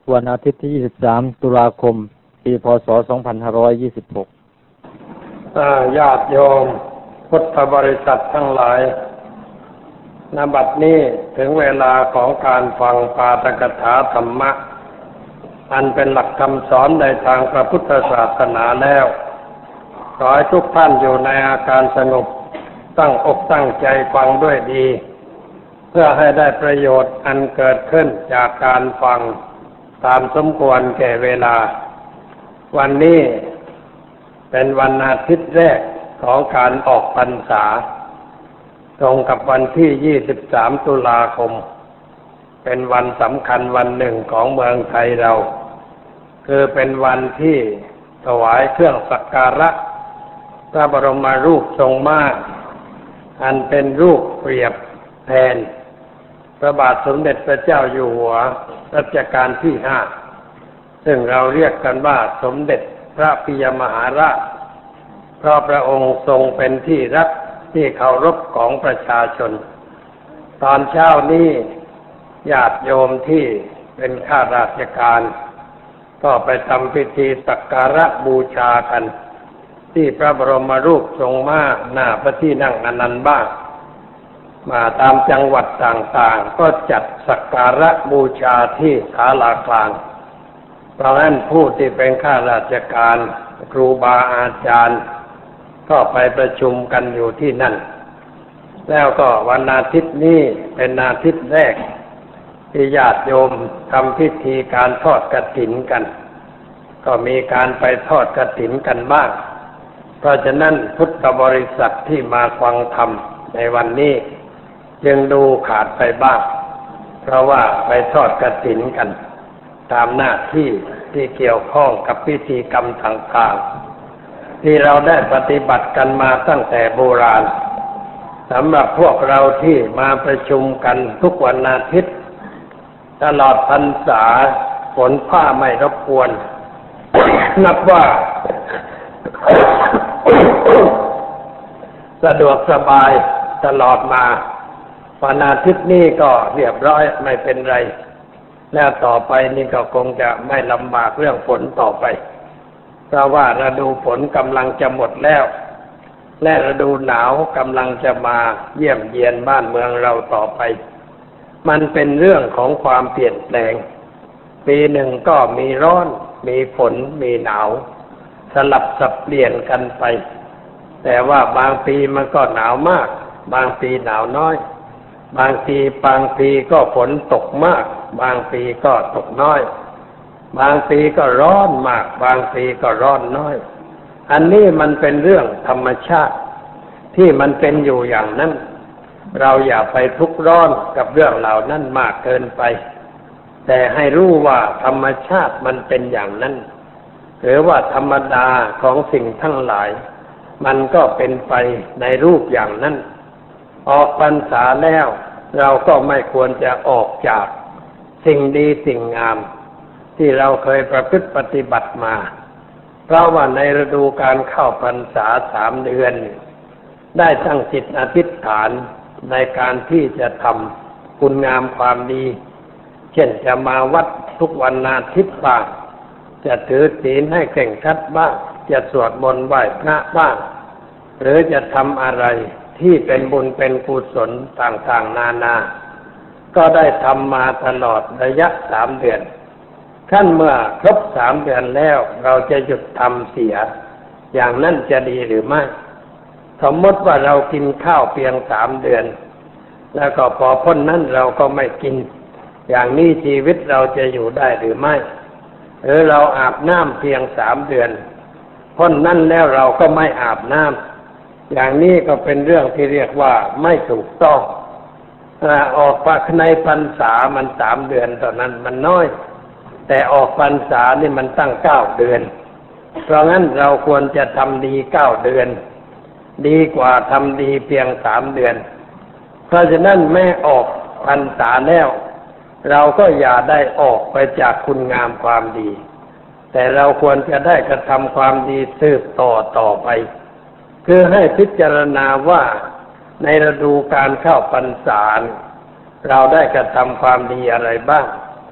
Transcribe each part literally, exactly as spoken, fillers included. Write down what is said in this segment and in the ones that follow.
วันอาทิตย์ที่ ยี่สิบสาม ตุลาคม ปี พ.ศ. สองพันห้าร้อยยี่สิบหกญาติโยมพุทธบริษัททั้งหลายณ บัดนี้ถึงเวลาของการฟังปาฐกถาธรรมะอันเป็นหลักคำสอนในทางพระพุทธศาสนาแล้วขอให้ทุกท่านอยู่ในอาการสงบตั้งอกตั้งใจฟังด้วยดีเพื่อให้ได้ประโยชน์อันเกิดขึ้นจากการฟังตามสมควรแก่เวลาวันนี้เป็นวันอาทิตย์แรกของการออกพรรษาตรงกับวันที่ ยี่สิบสาม ตุลาคมเป็นวันสำคัญวันหนึ่งของเมืองไทยเราคือเป็นวันที่ถวายเครื่องสักการะพระบรมรูปทรงม้าอันเป็นรูปเปรียบแทนพระบาทสมเด็จพระเจ้าอยู่หัวรัชกาลที่ห้าซึ่งเราเรียกกันว่าสมเด็จพระปิยมหาราชเพราะพระองค์ทรงเป็นที่รักที่เคารพของประชาชนตอนเช้านี้ญาติโยมที่เป็นข้าราชการก็ไปทำพิธีสักการะบูชากันที่พระบรมรูปทรงม้าหน้าพระที่นั่งอนันต์บ้างมาตามจังหวัดต่างๆก็จัดสักการะบูชาที่ศาลากลางเพราะฉะนั้นผู้ที่เป็นข้าราชการครูบาอาจารย์ก็ไปประชุมกันอยู่ที่นั่นแล้วก็วันอาทิตย์นี้เป็นอาทิตย์แรกที่ญาติโยมทำพิธีการทอดกฐินกันก็มีการไปทอดกฐินกันบ้างเพราะฉะนั้นพุทธบริษัทที่มาฟังธรรมในวันนี้จึงดูขาดไปบ้างเพราะว่าไปทอดกฐินกันตามหน้าที่ที่เกี่ยวข้องกับพิธีกรรมต่างๆที่เราได้ปฏิบัติกันมาตั้งแต่โบราณสำหรับพวกเราที่มาประชุมกันทุกวันอาทิตย์ตลอดพรรษาฝนฟ้าไม่รบกวน นับว่า สะดวกสบายตลอดมาวันอาทิตย์นี้ก็เรียบร้อยไม่เป็นไรแล้วต่อไปนี่ก็คงจะไม่ลำบากเรื่องฝนต่อไปเพราะว่าฤดูฝนกำลังจะหมดแล้วและฤดูหนาวกำลังจะมาเยี่ยมเยียนบ้านเมืองเราต่อไปมันเป็นเรื่องของความเปลี่ยนแปลงปีหนึ่งก็มีร้อนมีฝนมีหนาวสลับสับเปลี่ยนกันไปแต่ว่าบางปีมันก็หนาวมากบางปีหนาวน้อยบางทีบางปีก็ฝนตกมากบางปีก็ตกน้อยบางปีก็ร้อนมากบางปีก็ร้อนน้อยอันนี้มันเป็นเรื่องธรรมชาติที่มันเป็นอยู่อย่างนั้นเราอย่าไปทุกข์ร้อนกับเรื่องเหล่านั้นมากเกินไปแต่ให้รู้ว่าธรรมชาติมันเป็นอย่างนั้นหรือว่าธรรมดาของสิ่งทั้งหลายมันก็เป็นไปในรูปอย่างนั้นออกพรรษาแล้วเราก็ไม่ควรจะออกจากสิ่งดีสิ่งงามที่เราเคยประพฤติปฏิบัติมาเพราะว่าในฤดูการเข้าพรรษาสามเดือนได้ตั้งจิตอธิษฐานในการที่จะทำคุณงามความดีเช่นจะมาวัดทุกวันอาทิตย์บ้างจะถือศีลให้เคร่งครัดบ้างจะสวดมนต์ไหว้พระบ้างหรือจะทำอะไรที่เป็นบุญเป็นกุศลต่างๆนานาก็ได้ทำมาตลอดระยะสามเดือนขั้นเมื่อครบสามเดือนแล้วเราจะหยุดทำเสียอย่างนั้นจะดีหรือไม่สมมติว่าเรากินข้าวเพียงสามเดือนแล้วก็พอพ้นนั้นเราก็ไม่กินอย่างนี้ชีวิตเราจะอยู่ได้หรือไม่หรือเราอาบน้ำเพียงสามเดือนพ้นนั้นแล้วเราก็ไม่อาบน้ำอย่างนี้ก็เป็นเรื่องที่เรียกว่าไม่ถูกต้องออกปากในพรรษามันสามเดือนเท่านั้นมันน้อยแต่ออกพรรษานี่มันตั้งเก้าเดือนเพราะงั้นเราควรจะทำดีเก้าเดือนดีกว่าทำดีเพียงสามเดือนเพราะฉะนั้นแม้ออกพรรษาแล้วเราก็อย่าได้ออกไปจากคุณงามความดีแต่เราควรจะได้กระทำความดีสืบต่อต่อไปคือให้พิจารณาว่าในฤดูการเข้าพรรษาเราได้กระทำความดีอะไรบ้าง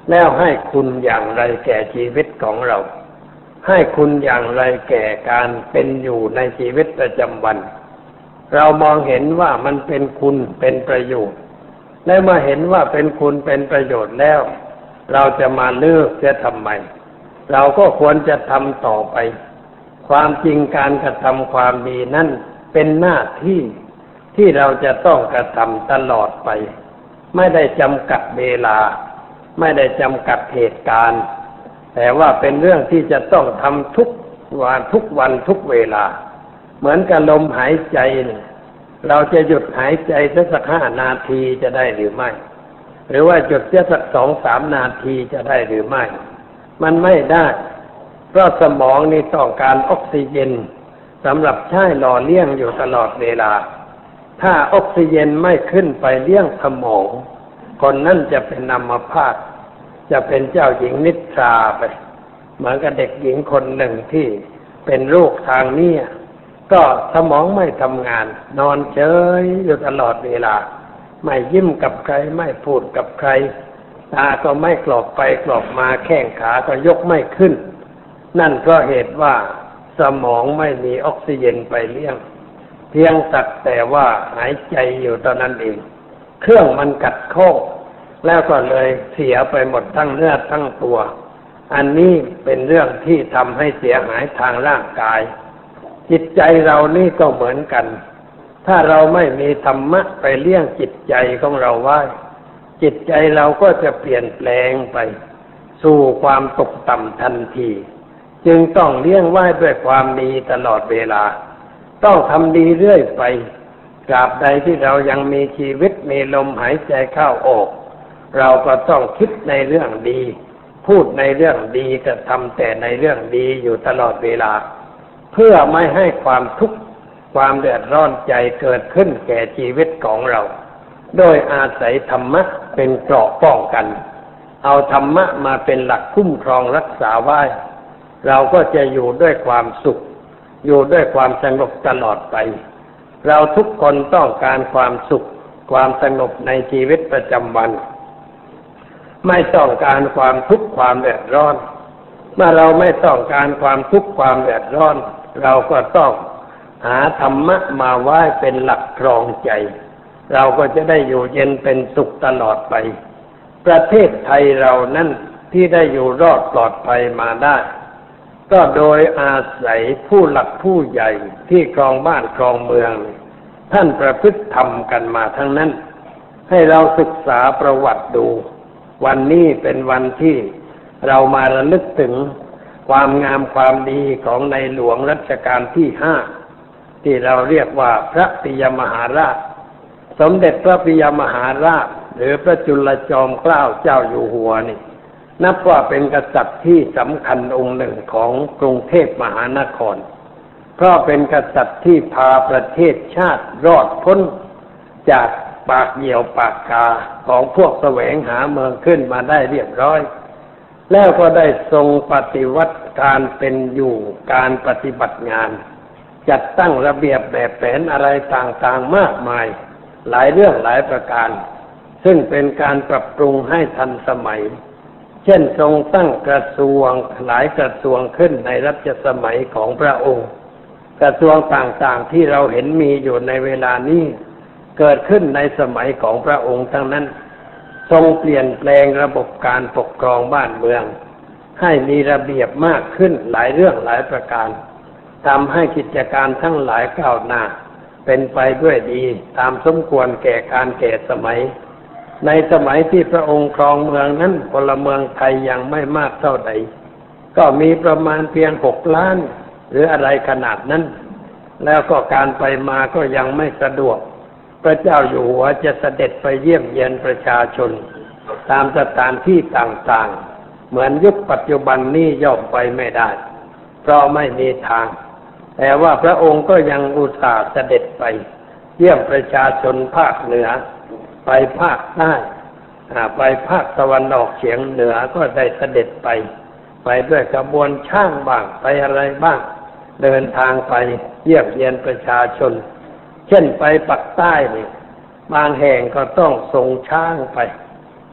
แล้วให้คุณอย่างไรแก่ชีวิตของเรา ให้คุณอย่างไรแก่การเป็นอยู่ในชีวิตประจำวัน เรามองเห็นว่ามันเป็นคุณเป็นประโยชน์และเมื่อเห็นว่าเป็นคุณเป็นประโยชน์แล้วเราจะมาเลิกจะทำไมเราก็ควรจะทำต่อไปความจริงการกระทำความดีนั้นเป็นหน้าที่ที่เราจะต้องกระทำตลอดไปไม่ได้จำกัดเวลาไม่ได้จำกัดเหตุการณ์แต่ว่าเป็นเรื่องที่จะต้องทำทุกวันทุกวันทุกเวลาเหมือนกับลมหายใจเนี่ยเราจะหยุดหายใจสักห้านาทีจะได้หรือไม่หรือว่าหยุดสักสองสามนาทีจะได้หรือไม่มันไม่ได้เพราะสมองนี่ต้องการออกซิเจนสำหรับใช้หล่อเลี้ยงอยู่ตลอดเวลาถ้าออกซิเจนไม่ขึ้นไปเลี้ยงสมองคนนั้นจะเป็นอัมพาตจะเป็นเจ้าหญิงนิทราไปเหมือนกับเด็กหญิงคนหนึ่งที่เป็นโรคทางนี้ก็สมองไม่ทำงานนอนเฉยอยู่ตลอดเวลาไม่ยิ้มกับใครไม่พูดกับใครตาก็ไม่กรอกไปกรอกมาแข้งขาก็ยกไม่ขึ้นนั่นก็เหตุว่าสมองไม่มีออกซิเจนไปเลี้ยงเพียงสักแต่ว่าหายใจอยู่ตอนนั้นเองเครื่องมันกัดข้อแล้วก็เลยเสียไปหมดทั้งเนื้อทั้งตัวอันนี้เป็นเรื่องที่ทำให้เสียหายทางร่างกายจิตใจเรานี่ก็เหมือนกันถ้าเราไม่มีธรรมะไปเลี้ยงจิตใจของเราไว้จิตใจเราก็จะเปลี่ยนแปลงไปสู่ความตกต่ำทันทีจึงต้องเลี้ยงไว้ด้วยความดีตลอดเวลาต้องทำดีเรื่อยไปตราบใดที่เรายังมีชีวิตมีลมหายใจเข้าออกเราก็ต้องคิดในเรื่องดีพูดในเรื่องดีกระทำแต่ในเรื่องดีอยู่ตลอดเวลาเพื่อไม่ให้ความทุกข์ความเดือดร้อนใจเกิดขึ้นแก่ชีวิตของเราโดยอาศัยธรรมะเป็นเกราะป้องกันเอาธรรมะมาเป็นหลักคุ้มครองรักษาไว้เราก็จะอยู่ด้วยความสุขอยู่ด้วยความสงบตลอดไปเราทุกคนต้องการความสุขความสงบในชีวิตประจำวันไม่ต้องการความทุกข์ความเดือดร้อนเมื่อเราไม่ต้องการความทุกข์ความเดือดร้อนเราก็ต้องหาธรรมะมาไว้เป็นหลักครองใจเราก็จะได้อยู่เย็นเป็นสุขตลอดไปประเทศไทยเรานั้นที่ได้อยู่รอดปลอดภัยมาได้ก็โดยอาศัยผู้หลักผู้ใหญ่ที่ครองบ้านครองเมืองท่านประพฤติธรรมกันมาทั้งนั้นให้เราศึกษาประวัติดูวันนี้เป็นวันที่เรามาระลึกถึงความงามความดีของในหลวงรัชกาลที่ห้าที่เราเรียกว่าพระปิยมหาราชสมเด็จพระปิยมหาราชหรือพระจุลจอมเกล้าเจ้าอยู่หัวนี่นับว่าเป็นกษัตริย์ที่สำคัญองค์หนึ่งของกรุงเทพมหานครเพราะเป็นกษัตริย์ที่พาประเทศชาติรอดพ้นจากปากเหยี่ยวปากกาของพวกแสวงหาเมืองขึ้นมาได้เรียบร้อยแล้วก็ได้ทรงปฏิวัติการเป็นอยู่การปฏิบัติงานจัดตั้งระเบียบแบบแผนอะไรต่างๆมากมายหลายเรื่องหลายประการซึ่งเป็นการปรับปรุงให้ทันสมัยเช่นทรงตั้งกระทรวงหลายกระทรวงขึ้นในรัชสมัยของพระองค์กระทรวงต่างๆที่เราเห็นมีอยู่ในเวลานี้เกิดขึ้นในสมัยของพระองค์ทั้งนั้นทรงเปลี่ยนแปลงระบบการปกครองบ้านเมืองให้มีระเบียบมากขึ้นหลายเรื่องหลายประการทำให้กิจการทั้งหลายก้าวหน้าเป็นไปด้วยดีตามสมควรแก่การแก่สมัยในสมัยที่พระองค์ครองเมืองนั้นพลเมืองไทยยังไม่มากเท่าใดก็มีประมาณเพียงหกล้านหรืออะไรขนาดนั้นแล้วก็การไปมาก็ยังไม่สะดวกพระเจ้าอยู่หัวจะเสด็จไปเยี่ยมเยียนประชาชนตามสถานที่ต่างๆเหมือนยุคปัจจุบันนี้ย่อมไปไม่ได้เพราะไม่มีทางแต่ว่าพระองค์ก็ยังอุตส่าห์เสด็จไปเยี่ยมประชาชนภาคเหนือไปภาคใต้ไปภาคตะวันออกเฉียงเหนือก็ได้เสด็จไปไปด้วยขบวนช้างบ้างไปอะไรบ้างเดินทางไปเยี่ยมเยียนประชาชนเช่นไปปักใต้นี่บางแห่งก็ต้องส่งช้างไป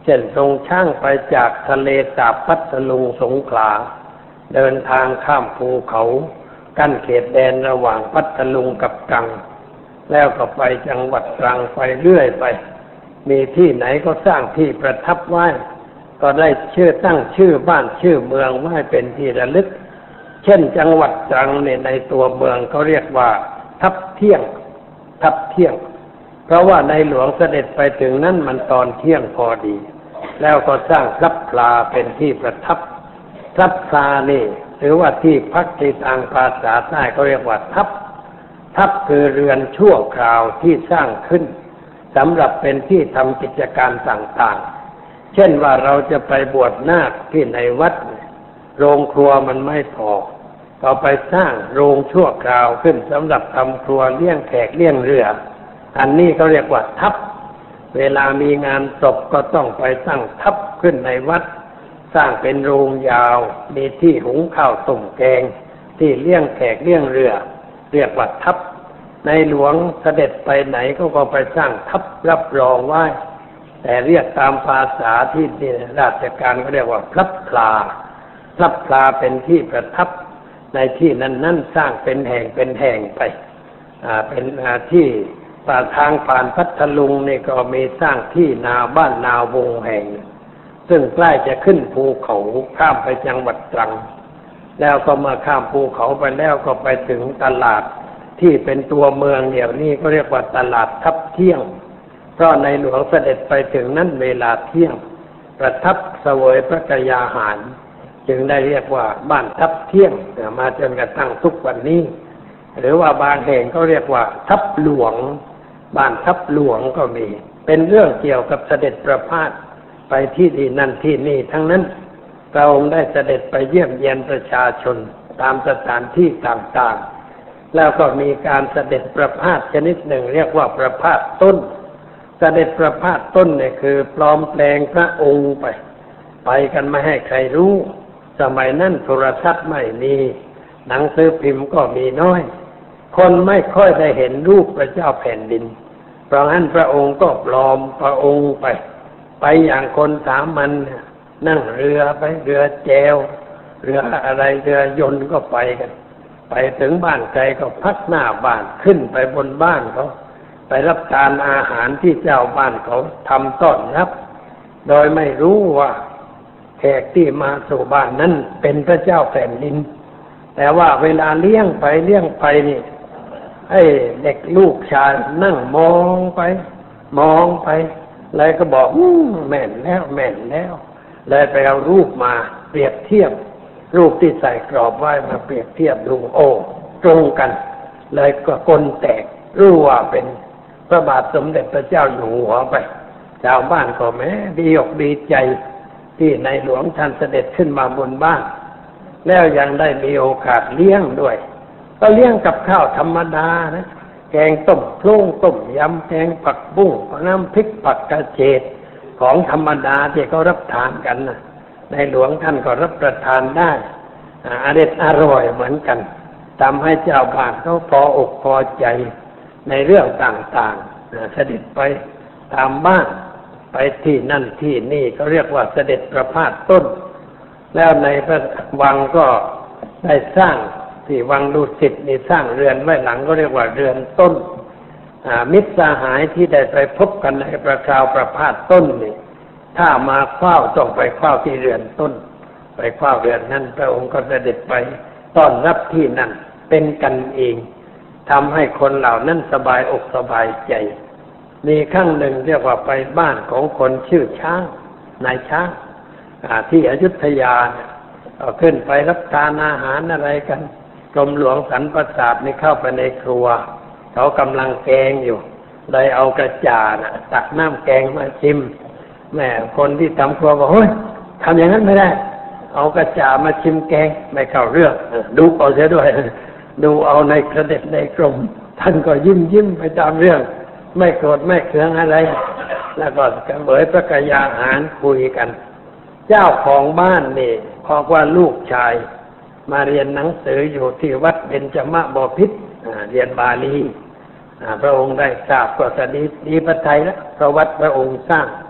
เช่นทรงช่างไปจากทะเลสาบพัทลุงสงขลาเดินทางข้ามภูเขากั้นเขตแดนระหว่างพัทลุงกับตรังแล้วก็ไปจังหวัดตรังไปเรื่อยไปมีที่ไหนก็สร้างที่ประทับไว้ก็ได้ชื่อตั้งชื่อบ้านชื่อเมืองไว้เป็นที่ระลึกเช่นจังหวัดตรังเนี่ยในตัวเมืองเขาเรียกว่าทับเที่ยงทับเที่ยงเพราะว่าในหลวงเสด็จไปถึงนั้นมันตอนเที่ยงพอดีแล้วก็สร้างพลับพลาเป็นที่ประทับพลับพลานี่หรือว่าที่พักที่ทางภาษาใต้เขาเรียกว่าทับทับคือเรือนชั่วคราวที่สร้างขึ้นสำหรับเป็นที่ทำกิจการต่างๆเช่นว่าเราจะไปบวชนาคที่ในวัดโรงครัวมันไม่พอก็ไปสร้างโรงชั่วคราวขึ้นสำหรับทำครัวเลี้ยงแขกเลี้ยงเรืออันนี้เขาเรียกว่าทับเวลามีงานศพก็ต้องไปสร้างทับขึ้นในวัดสร้างเป็นโรงยาวมีที่หุงข้าวต้มแกงที่เลี้ยงแขกเลี้ยงเรือเรียกว่าทับในหลวงเสด็จไปไหนก็ก็ไปสร้างทับรับรองไว้แต่เรียกตามภาษาที่ราชการก็เรียกว่าพลับพลาพลับพลาเป็นที่ประทับในที่นั้นนั่นสร้างเป็นแห่งเป็นแห่งไปอ่าเป็นอ่าที่ป่าทางผ่านพัทลุงนี่ก็มีสร้างที่นาบ้านนาวงแห่งซึ่งใกล้จะขึ้นภูเขาข้ามไปจังหวัดตรังแล้วก็มาข้ามภูเขาไปแล้วก็ไปถึงตลาดที่เป็นตัวเมืองเดี๋ยวนี้ก็เรียกว่าตลาดทับเที่ยงเพราะในหลวงเสด็จไปถึงนั้นเวลาเที่ยงประทับเสวยพระกยาหารจึงได้เรียกว่าบ้านทับเที่ยงมาจนกระทั่งทุกวันนี้หรือว่าบางแห่งก็เรียกว่าทับหลวงบ้านทับหลวงก็มีเป็นเรื่องเกี่ยวกับเสด็จประพาสไปที่นี่นั่นที่นี่ทั้งนั้นพระองค์ได้เสด็จไปเยี่ยมเยียนประชาชนตามสถานที่ต่างๆแล้วก็มีการเสด็จประพาสชนิดหนึ่งเรียกว่าประพาสต้นเสด็จประพาสต้นเนี่ยคือปลอมแปลงพระองค์ไปไปกันไม่ให้ใครรู้สมัยนั้นโทรทัศน์ไม่มีหนังสือพิมพ์ก็มีน้อยคนไม่ค่อยได้เห็นรูปพระเจ้าแผ่นดินเพราะงั้นพระองค์ก็ปลอมพระองค์ไปไปอย่างคนสามัญนั่งเรือไปเรือแจวเรืออะไรเรือยนต์ก็ไปกันไปถึงบ้านใครก็พักหน้าบ้านขึ้นไปบนบ้านเขาไปรับทานอาหารที่เจ้าบ้านเขาทำต้อนรับโดยไม่รู้ว่าแขกที่มาสู่บ้านนั้นเป็นพระเจ้าแผ่นดินแต่ว่าเวลาเลี้ยงไปเลี้ยงไปนี่ไอ้เด็กลูกชายนั่งมองไปมองไปเลยก็บอกอืมแม่นแล้วแม่นแล้วเลยไปเอารูปมาเปรียบเทียบรูปที่ใส่กรอบไว้มาเปรียบเทียบดูโอ้ตรงกันเลยก็กลแตกรู้ว่าเป็นพระบาทสมเด็จพระเจ้าอยู่หัวไปชาวบ้านก็แม้ดีอกดีใจที่ในหลวงท่านเสด็จขึ้นมาบนบ้านแล้วยังได้มีโอกาสเลี้ยงด้วยก็เลี้ยงกับข้าวธรรมดานะแกงต้มโคลงต้มยำแกงผักบุ้งน้ำพริกผักกระเฉดของธรรมดาที่เขารับทานกันนะในหลวงท่านก็รับประทานได้อร่อยอร่อยเหมือนกันทำให้เจ้าบ้านเขาพออกพอใจในเรื่องต่างๆเสด็จไปตามบ้านไปที่นั่นที่นี่ก็เรียกว่าเสด็จประพาสต้นแล้วในพระวังก็ได้สร้างที่วังดุสิตนี่สร้างเรือนไว้หลังก็เรียกว่าเรือนต้นมิตรสหายที่ได้ไปพบกันในประคราวประพาสต้นนี่ถ้ามาเฝ้าต้องไปเฝ้าที่เรือนต้นไปเฝ้าเรือนนั้นพระองค์ก็เสด็จไปต้อนรับที่นั่นเป็นกันเองทำให้คนเหล่านั้นสบายอกสบายใจมีครั้งหนึ่งเรียกว่าไปบ้านของคนชื่อช้างนายช้างที่อยุธยาเอาขึ้นไปรับทานอาหารอะไรกันกรมหลวงสรรประสาทนี่เข้าไปในครัวเขากำลังแกงอยู่เลยเอากระจาดตักน้ำแกงมาชิมแม่คนที่ทำครัวบอกเฮ้ยทำอย่างนั้นไม่ได้เอากระจาดมาชิมแกงไม่เข้าเรื่องดูเอาเสียด้วยดูเอาในกระเด็ดในกรมท่านก็ยิ้มยิ้มไปตามเรื่องไม่โกรธไม่เคืองอะไรแล้วก็กันเบยพระกยาหารคุยกันเจ้าของบ้านนี่บอกว่าลูกชายมาเรียนหนังสืออยู่ที่วัดเบญจมบพิตรเรียนบาลีพระองค์ได้ทราบก็สดีดีพระทัยแล้วเพราะวัดพระองค์สร้าง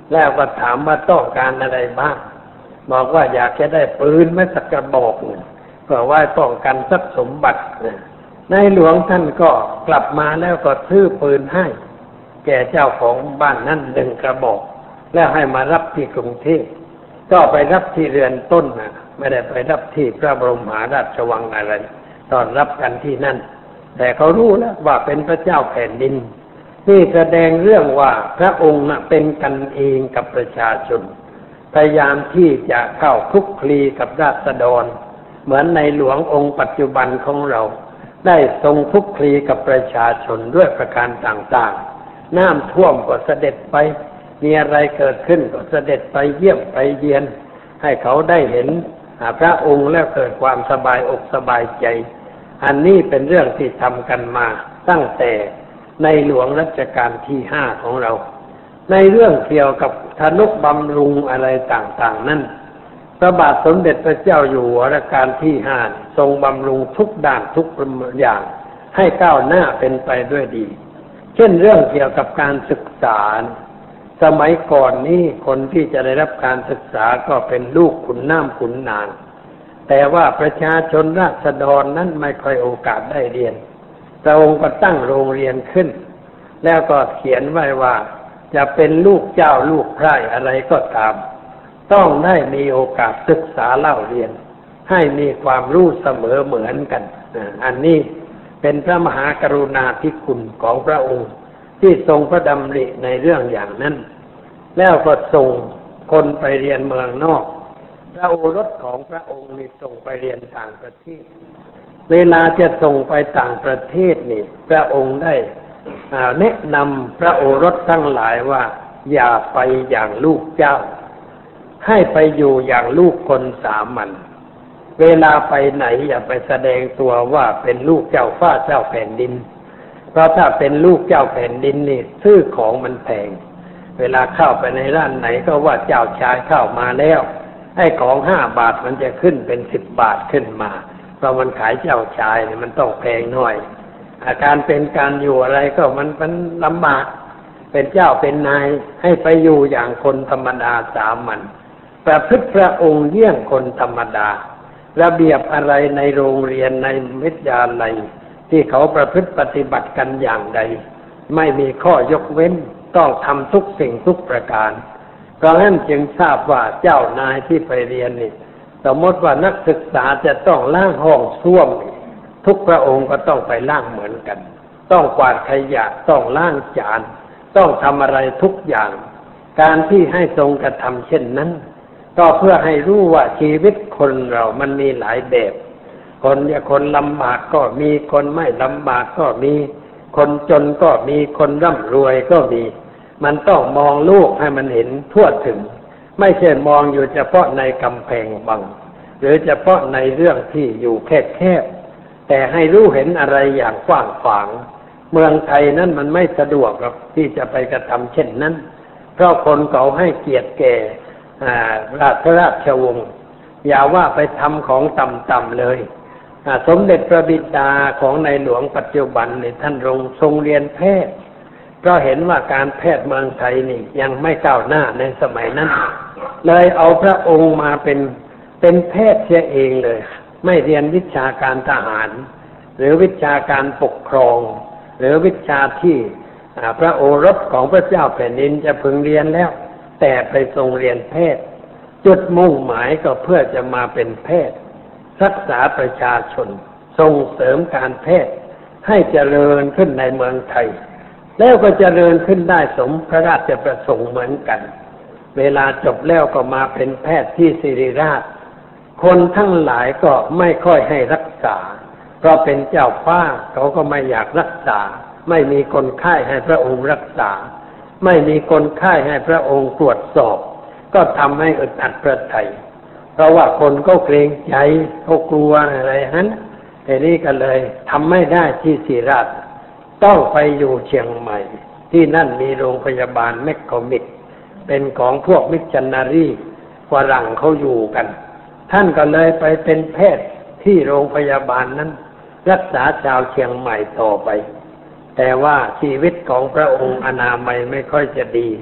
แล้วก็ถามว่าต้องการอะไรบ้างบอกว่าอยากจะได้ปืนไม่สักกระบอกหนึ่งเพื่อไว้ป้องกันทรัพย์สมบัติในหลวงท่านก็กลับมาแล้วก็ซื้อปืนให้แก่เจ้าของบ้านนั่นหนึ่งกระบอกแล้วให้มารับที่กรุงเทพก็ไปรับที่เรือนต้นนะไม่ได้ไปรับที่พระบรมมหาราชวังอะไรตอนรับกันที่นั่นแต่เขารู้แล้วว่าเป็นพระเจ้าแผ่นดินนี่แสดงเรื่องว่าพระองค์น่ะเป็นกันเองกับประชาชนพยายามที่จะเข้าคลุกคลีกับราษฎรเหมือนในหลวงองค์ปัจจุบันของเราได้ทรงคลุกคลีกับประชาชนด้วยประการต่างๆน้ำท่วมก็เสด็จไปมีอะไรเกิดขึ้นก็เสด็จไปเยี่ยมไปเยียนให้เขาได้เห็นพระองค์แล้วเกิดความสบายอกสบายใจอันนี้เป็นเรื่องที่ทำกันมาตั้งแต่ในหลวงรัชกาลที่ห้าของเราในเรื่องเกี่ยวกับทนุบำรุงอะไรต่างๆนั้นพระบาทสมเด็จพระเจ้าอยู่หัวรัชกาลที่ห้าทรงบำรุงทุกด้านทุกอย่างให้ก้าวหน้าเป็นไปด้วยดีเช่นเรื่องเกี่ยวกับการศึกษาสมัยก่อนนี้คนที่จะได้รับการศึกษาก็เป็นลูกขุนน้ำขุนนางแต่ว่าประชาชนราษฎรนั้นไม่ค่อยโอกาสได้เรียนพระองค์ก็ตั้งโรงเรียนขึ้นแล้วก็เขียนไว้ว่าจะเป็นลูกเจ้าลูกไพร่อะไรก็ตามต้องได้มีโอกาสศึกษาเล่าเรียนให้มีความรู้เสมอเหมือนกันอันนี้เป็นพระมหากรุณาธิคุณของพระองค์ที่ทรงพระดำริในเรื่องอย่างนั้นแล้วก็ส่งคนไปเรียนเมืองนอกพระโอรสของพระองค์นี่ส่งไปเรียนต่างประเทศเวลาจะส่งไปต่างประเทศนี่พระองค์ได้แนะนำพระโอรสทั้งหลายว่าอย่าไปอย่างลูกเจ้าให้ไปอยู่อย่างลูกคนสามัญเวลาไปไหนอย่าไปแสดงตัวว่าเป็นลูกเจ้าฟ้าเจ้าแผ่นดินเพราะถ้าเป็นลูกเจ้าแผ่นดินนี่ซื้อของมันแพงเวลาเข้าไปในร้านไหนก็ว่าเจ้าชายเข้ามาแล้วให้ของห้าบาทมันจะขึ้นเป็นสิบบาทขึ้นมาเพราะมันขายเจ้าชายเนี่ยมันต้องแพงหน่อยอาการเป็นการอยู่อะไรก็มันมันลำบากเป็นเจ้าเป็นนายให้ไปอยู่อย่างคนธรรมดาสามัญประพฤติพระองค์เยี่ยงคนธรรมดาระเบียบอะไรในโรงเรียนในวิทยาลัยที่เขาประพฤติปฏิบัติกันอย่างใดไม่มีข้อยกเว้นต้องทำทุกสิ่งทุกประการเพราะฉะนั้นจึงทราบว่าเจ้านายที่ไปเรียนนี่สมมติว่านักศึกษาจะต้องล้างห้องส้วมทุกพระองค์ก็ต้องไปล้างเหมือนกันต้องกวาดขยะต้องล้างจานต้องทำอะไรทุกอย่างการที่ให้ทรงกระทำเช่นนั้นก็เพื่อให้รู้ว่าชีวิตคนเรามันมีหลายแบบคนเนี่ยคนลำบากก็มีคนไม่ลำบากก็มีคนจนก็มีคนร่ำรวยก็มีมันต้องมองโลกให้มันเห็นทั่วถึงไม่ใช่มองอยู่เฉพาะในกำแพงบังหรือเฉพาะในเรื่องที่อยู่แคบๆแต่ให้รู้เห็นอะไรอย่างกว้างขวางเมืองไทยนั้นมันไม่สะดวกหรอกที่จะไปกระทำเช่นนั้นเพราะคนเขาให้เกียรติแก่ราชราชวงศ์อย่าว่าไปทำของต่ำๆเลยสมเด็จพระบิดาของในหลวงปัจจุบันนี่ท่านทรงทรงเรียนแพทย์เพราะเห็นว่าการแพทย์เมืองไทยนี่ยังไม่ก้าวหน้าในสมัยนั้นเลยเอาพระองค์มาเป็นเป็นแพทย์เสียเองเลยไม่เรียนวิชาการทหารหรือวิชาการปกครองหรือวิชาที่พระโอรสของพระเจ้าแผ่นดินจะพึงเรียนแล้วแต่ไปทรงเรียนแพทย์จุดมุ่งหมายก็เพื่อจะมาเป็นแพทย์รักษาประชาชนส่งเสริมการแพทย์ให้เจริญขึ้นในเมืองไทยแล้วก็เจริญขึ้นได้สมพระราชประสงค์เหมือนกันเวลาจบแล้วก็มาเป็นแพทย์ที่ศิริราชคนทั้งหลายก็ไม่ค่อยให้รักษาเพราะเป็นเจ้าฟ้าเขาก็ไม่อยากรักษาไม่มีคนไข้ให้พระองค์รักษาไม่มีคนไข้ให้พระองค์ตรวจสอบก็ทำให้อึดอัดพระทัยเพราะว่าคนก็เกรงใจเขากลัวอะไรนั้นแต่นี่ก็เลยทำไม่ได้ที่ศิริราชต้องไปอยู่เชียงใหม่ที่นั่นมีโรงพยาบาลแมคคอมิกเป็นของพวกมิชชันนารีฝรั่งเขาอยู่กันท่านก็เลยไปเป็นแพทย์ที่โรงพยาบาลนั้นรักษาชาวเชียงใหม่ต่อไปแต่ว่าชีวิตของพระองค์อนามัยไม่ค่อยจะดี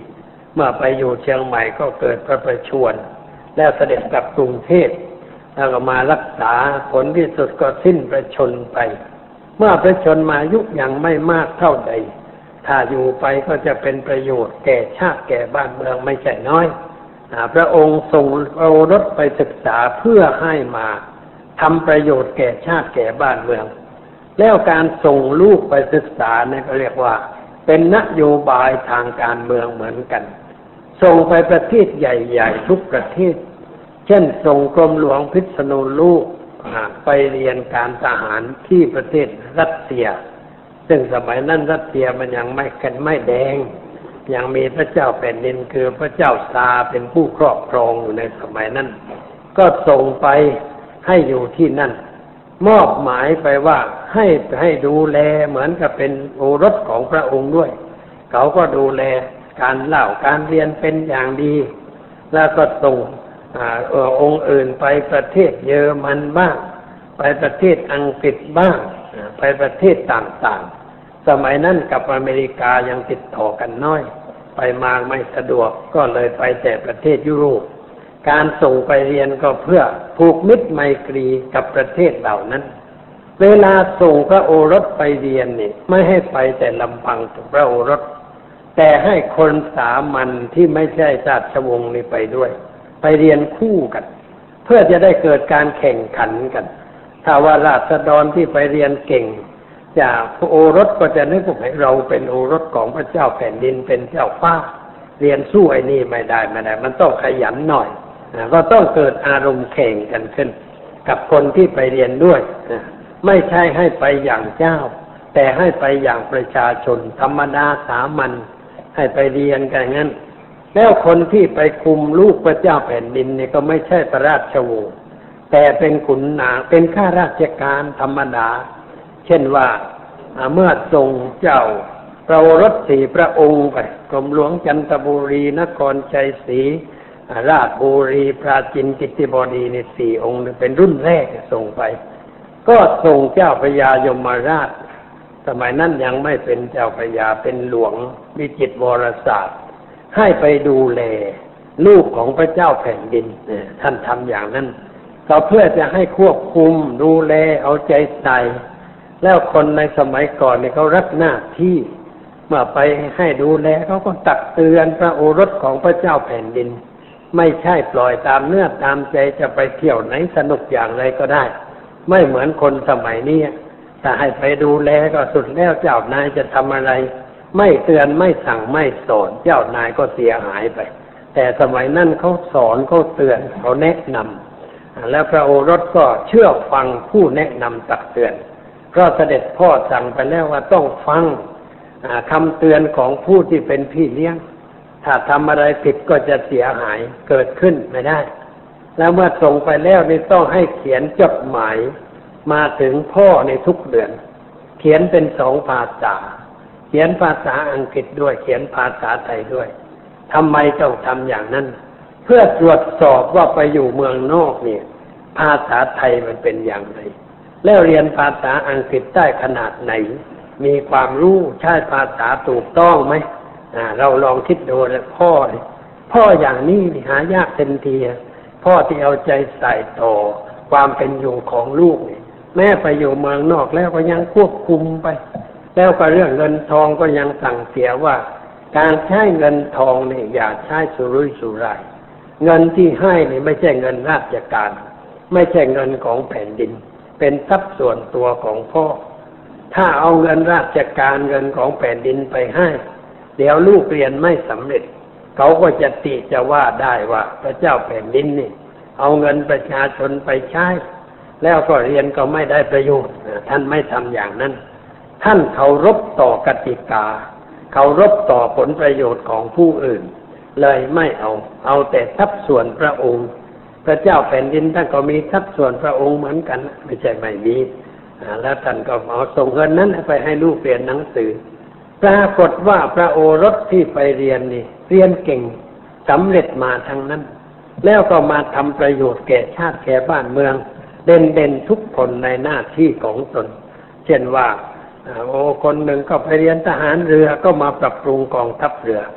เมื่อไปอยู่เชียงใหม่ก็เกิดพระประชวรแล้วเสด็จกลับกรุงเทพแล้วก็มารักษาผลที่สุดก็สิ้นพระชนม์ไปเมื่อพระชนมายุยังไม่มากเท่าใดถ้าอยู่ไปก็จะเป็นประโยชน์แก่ชาติแก่บ้านเมืองไม่ใช่น้อยพระองค์ทรงโอรสไปศึกษาเพื่อให้มาทำประโยชน์แก่ชาติแก่บ้านเมืองแล้วการส่งลูกไปศึกษาเนี่ยก็เรียกว่าเป็นนโยบายทางการเมืองเหมือนกันส่งไปประเทศใหญ่ๆทุกประเทศเช่นส่งกรมหลวงพิษณุโลกไปเรียนการทหารที่ประเทศรัสเซียซึ่งสมัยนั้นรัสเซียมันยังไม่กันไม่แดงยังมีพระเจ้าแผ่นดินคือพระเจ้าซาร์เป็นผู้ครอบครองอยู่ในสมัยนั้นก็ส่งไปให้อยู่ที่นั่นมอบหมายไปว่าให้ให้ดูแลเหมือนกับเป็นโอรสของพระองค์ด้วยเขาก็ดูแลการเล่าการเรียนเป็นอย่างดีแล้วก็ส่งอ่าเออองค์อื่นไปประเทศเยอรมันบ้างไปประเทศอังกฤษบ้างไปประเทศต่างๆสมัยนั้นกับอเมริกายังติดต่อกันน้อยไปมาไม่สะดวกก็เลยไปแต่ประเทศยุโรปการส่งไปเรียนก็เพื่อผูกมิตรไมตรีกับประเทศเหล่านั้นเวลาส่งพระโอรสไปเรียนนี่ไม่ให้ไปแต่ลำพังพระโอรสแต่ให้คนสามัญที่ไม่ใช่ราชวงศ์นี่ไปด้วยไปเรียนคู่กันเพื่อจะได้เกิดการแข่งขันกันถ้าว่าราษฎรที่ไปเรียนเก่งจากโอรสก็จะนึกว่าเราเป็นโอรสของพระเจ้าแผ่นดินเป็นเจ้าฟ้าเรียนสู้ไอ้นี่ไม่ได้ไม่ได้มันต้องขยันหน่อยก็ต้องเกิดอารมณ์แข่งกันขึ้นกับคนที่ไปเรียนด้วยไม่ใช่ให้ไปอย่างเจ้าแต่ให้ไปอย่างประชาชนธรรมดาสามัญให้ไปเรียนกันงั้นแล้วคนที่ไปคุมลูกพระเจ้าแผ่นดินนี่ก็ไม่ใช่พระราชวงศ์แต่เป็นขุนนางเป็นข้าราชการธรรมดาเช่นว่าเมื่อทรงเจ้าพระโอรสสี่พระองค์ไปกรมหลวงจันทบุรีนครชัยศรีราชบุรีปราจีนกิตติบดีในสี่องค์เป็นรุ่นแรกส่งไปก็ส่งเจ้าพระยายมราชสมัยนั้นยังไม่เป็นเจ้าพระยาเป็นหลวงวิจิตรวรศาสตร์ให้ไปดูแลลูกของพระเจ้าแผ่นดินท่านทำอย่างนั้นก็เพื่อจะให้ควบคุมดูแลเอาใจใส่แล้วคนในสมัยก่อนเนี่ยเขารักหน้าที่เมื่อไปให้ดูแลเขาก็ตักเตือนพระโอรสของพระเจ้าแผ่นดินไม่ใช่ปล่อยตามเนื้อตามใจจะไปเที่ยวไหนสนุกอย่างไรก็ได้ไม่เหมือนคนสมัยนี้ถ้าให้ไปดูแลก็สุดแล้วเจ้านายจะทำอะไรไม่เตือนไม่สั่งไม่สอนเจ้านายก็เสียหายไปแต่สมัยนั้นเขาสอนเขาเตือนเขาแนะนำแล้วพระโอรสก็เชื่อฟังผู้แนะนำตักเตือนเพราะเสด็จพ่อสั่งไปแล้วว่าต้องฟังคำเตือนของผู้ที่เป็นพี่เลี้ยงถ้าทำอะไรผิดก็จะเสียหายเกิดขึ้นไม่ได้แล้วเมื่อส่งไปแล้วนี่ต้องให้เขียนจดหมายมาถึงพ่อในทุกเดือนเขียนเป็นสองภาษาเขียนภาษาอังกฤษด้วยเขียนภาษาไทยด้วยทำไมต้องทำอย่างนั้นเพื่อตรวจสอบว่าไปอยู่เมืองนอกเนี่ยภาษาไทยมันเป็นอย่างไรแล้วเรียนภาษาอังกฤษได้ขนาดไหนมีความรู้ใช้ภาษาถูกต้องไหมอ่าเราลองคิดดูนะพ่อพ่ออย่างนี้นี่หายากเต็มทีพ่อที่เอาใจใส่ต่อความเป็นอยู่ของลูกนี่แม้ไปอยู่เมืองนอกแล้วก็ยังควบคุมไปแล้วก็เรื่องเงินทองก็ยังสั่งเสียว่าการใช้เงินทองนี่อย่าใช้สุรุ่ยสุร่ายเงินที่ให้นี่ไม่ใช่เงินราชการไม่ใช่เงินของแผ่นดินเป็นทรัพย์ส่วนตัวของพ่อถ้าเอาเงินราชการเงินของแผ่นดินไปให้เดี๋ยวลูกเรียนไม่สำเร็จเขาก็จะติจะว่าได้ว่าพระเจ้าแผ่นดินนี่เอาเงินประชาชนไปใช้แล้วก็เรียนก็ไม่ได้ประโยชน์ท่านไม่ทำอย่างนั้นท่านเคารพต่อกติกาเคารพต่อผลประโยชน์ของผู้อื่นเลยไม่เอาเอาแต่ทรัพย์ส่วนพระองค์พระเจ้าแผ่นดินท่านก็มีทรัพย์ส่วนพระองค์เหมือนกันไม่ใช่ไม่มีแล้วท่านก็เอาส่งเงินนั้นไปให้ลูกเรียนหนังสือปรากฏว่าพระโอรสที่ไปเรียนนี่เรียนเก่งสำเร็จมาทั้งนั้นแล้วก็มาทำประโยชน์แก่ชาติแก่บ้านเมืองเด่นเด่นทุกคนในหน้าที่ของตนเช่นว่าโอ้คนหนึ่งก็ไปเรียนทหารเรือก็มาปรับปรุงกองทัพเรือ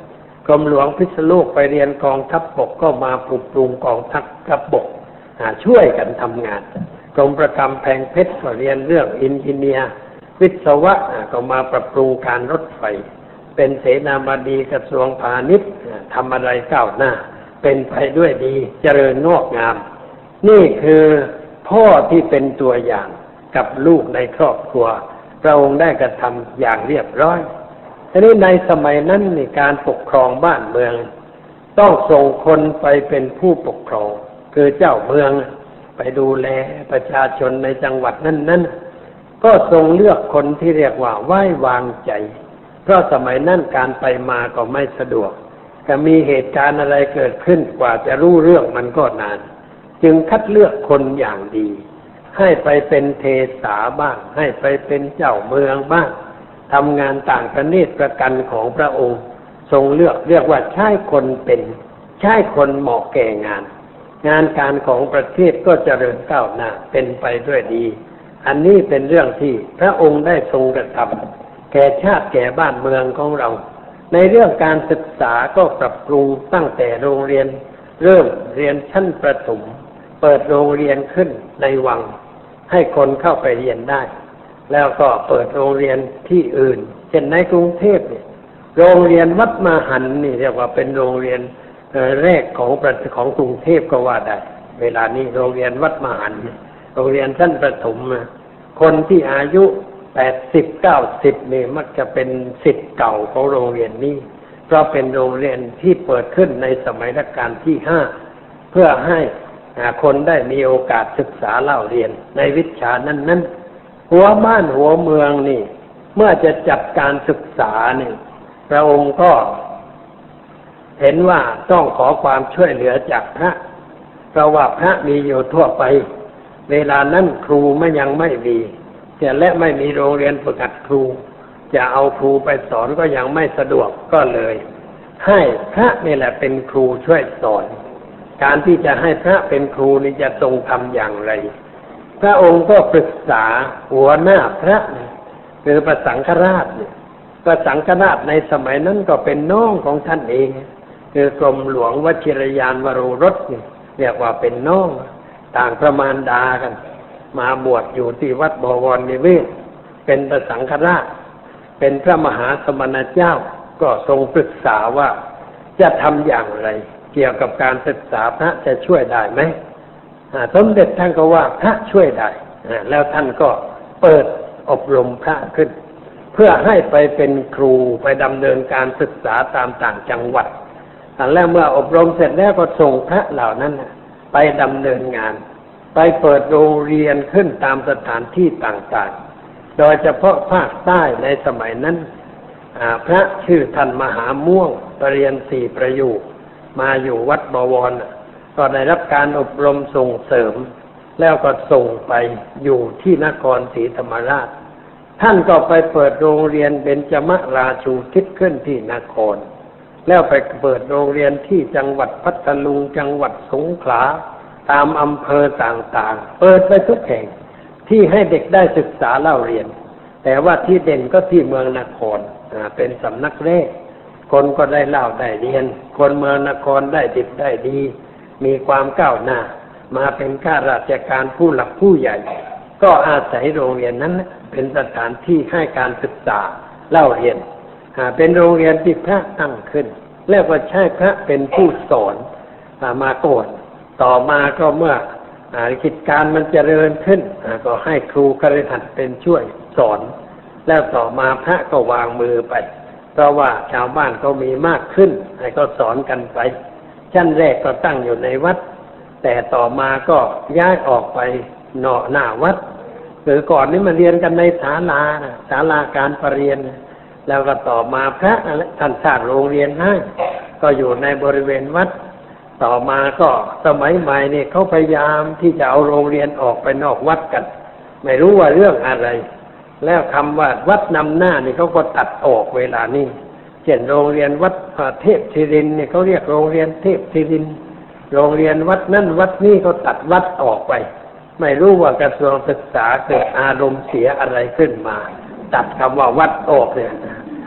กรมหลวงพิษณุโลกไปเรียนกองทัพบกก็มาปรับปรุงกองทัพทัพบกช่วยกันทำงานกรมประกำแพงเพชรก็เรียนเรื่องอินจิเนียร์วิศวะก็มาปรับปรุงการรถไฟเป็นเสนาบดีกระทรวงพาณิชย์ทำอะไรก้าวหน้าเป็นไปด้วยดีเจริญงอกงามนี่คือพ่อที่เป็นตัวอย่างกับลูกในครอบครัวพระองค์ได้กระทำอย่างเรียบร้อยทีนี้ในสมัยนั้นในการปกครองบ้านเมืองต้องส่งคนไปเป็นผู้ปกครองคือเจ้าเมืองไปดูแลประชาชนในจังหวัดนั้นๆก็ทรงเลือกคนที่เรียกว่าไว้วางใจเพราะสมัยนั้นการไปมาก็ไม่สะดวกก็มีเหตุการณ์อะไรเกิดขึ้นกว่าจะรู้เรื่องมันก็นานจึงคัดเลือกคนอย่างดีให้ไปเป็นเทสาบ้างให้ไปเป็นเจ้าเมืองบ้างทำงานต่างประเทศประกันของพระองค์ทรงเลือกเรียกว่าใช้คนเป็นใช้คนเหมาะแก่งานงานการของประเทศก็เจริญก้าวหน้าเป็นไปด้วยดีอันนี้เป็นเรื่องที่พระองค์ได้ทรงกระทำแก่ชาติแก่บ้านเมืองของเราในเรื่องการศึกษาก็ปรับปรุงตั้งแต่โรงเรียนเริ่มเรียนชั้นประถมเปิดโรงเรียนขึ้นในวังให้คนเข้าไปเรียนได้แล้วก็เปิดโรงเรียนที่อื่นเช่นในกรุงเทพเนี่ยโรงเรียนวัดมหันต์นี่เรียกว่าเป็นโรงเรียนแรกของประเทศของกรุงเทพก็ว่าได้เวลานี้โรงเรียนวัดมหันต์โรงเรียนชั้นประถมคนที่อายุแปดสิบเก้าสิบนี่มักจะเป็นศิษย์เก่าของโรงเรียนนี้เพราะเป็นโรงเรียนที่เปิดขึ้นในสมัยรัชกาลที่ห้าเพื่อให้คนได้มีโอกาสศึกษาเล่าเรียนในวิชานั้นๆหัวบ้านหัวเมืองนี่เมื่อจะจัดการศึกษานี่พระองค์ก็เห็นว่าต้องขอความช่วยเหลือจากพระเพราะว่าพระมีอยู่ทั่วไปเวลานั้นครูไม่ยังไม่มีแต่และไม่มีโรงเรียนฝึกหัดครูจะเอาครูไปสอนก็ยังไม่สะดวกก็เลยให้พระนี่แหละเป็นครูช่วยสอนการที่จะให้พระเป็นครูนี่จะทรงทำอย่างไรพระองค์ก็ปรึกษาหัวหน้าพระคือพระสังฆราชพระสังฆราชในสมัยนั้นก็เป็นน้องของท่านเองคือกรมหลวงวชิรยานวโรรสนี่เรียกว่าเป็นน้องต่างประมาณดากันมาบวชอยู่ที่วัดบวรนิเวศเป็นพระสังฆราชเป็นพระมหาสมณเจ้าก็ทรงปรึกษาว่าจะทำอย่างไรเกี่ยวกับการศึกษาพระจะช่วยได้ไหมสมเด็จท่านก็ว่าพระช่วยได้แล้วท่านก็เปิดอบรมพระขึ้นเพื่อให้ไปเป็นครูไปดำเนินการศึกษาตามต่างจังหวัดแล้วเมื่ออบรมเสร็จแล้วก็ส่งพระเหล่านั้นไปดำเนินงานไปเปิดโรงเรียนขึ้นตามสถานที่ต่างๆโดยเฉพาะภาคใต้ในสมัยนั้นพระชื่อท่านมหาม่วงปรริญญาสี่ประโยคมาอยู่วัดบวรก็ได้รับการอบรมส่งเสริมแล้วก็ส่งไปอยู่ที่นครศรีธรรมราชท่านก็ไปเปิดโรงเรียนเบญจมราชูทิศขึ้นที่นครแล้วไปเปิดโรงเรียนที่จังหวัดพัทลุงจังหวัดสงขลาตามอำเภอต่างๆเปิดไปทุกแห่งที่ให้เด็กได้ศึกษาเล่าเรียนแต่ว่าที่เด่นก็ที่เมืองนครเป็นสำนักแรกคนก็ได้เล่าได้เรียนคนเมืองนครได้ดิบได้ดีมีความก้าวหน้ามาเป็นข้าราชการผู้หลักผู้ใหญ่ก็อาศัยโรงเรียนนั้นเป็นสถานที่ให้การศึกษาเล่าเรียนเป็นโรงเรียนที่พระตั้งขึ้นแล้วก็ใช้พระเป็นผู้สอนมาก่อนต่อมาก็เมื่อกิจการมันเจริญขึ้นก็ให้ครูคฤหัสถ์เป็นช่วยสอนแล้วต่อมาพระก็วางมือไปเพราะว่าชาวบ้านก็มีมากขึ้นให้ก็สอนกันไปชั้นแรกก็ตั้งอยู่ในวัดแต่ต่อมาก็ย้ายออกไปนอกหน้าวัดหรือก่อนนี้มาเรียนกันในศาลาศาลาการประเรียนแล้วก็ต่อมาพระท่านสร้างโรงเรียนให้ก็อยู่ในบริเวณวัดต่อมาก็สมัยใหม่นี่เขาพยายามที่จะเอาโรงเรียนออกไปนอกวัดกันไม่รู้ว่าเรื่องอะไรแล้วคำว่าวัดนำหน้านี่เขาก็ตัดออกเวลานี้เช่นโรงเรียนวัดเทพศิรินทร์นี่เขาเรียกโรงเรียนเทพศิรินทร์โรงเรียนวัดนั่นวัดนี้เขาตัดวัดออกไปไม่รู้ว่ากระทรวงศึกษาเกิดอารมณ์เสียอะไรขึ้นมาตัดคำว่าวัดออกเนี่ย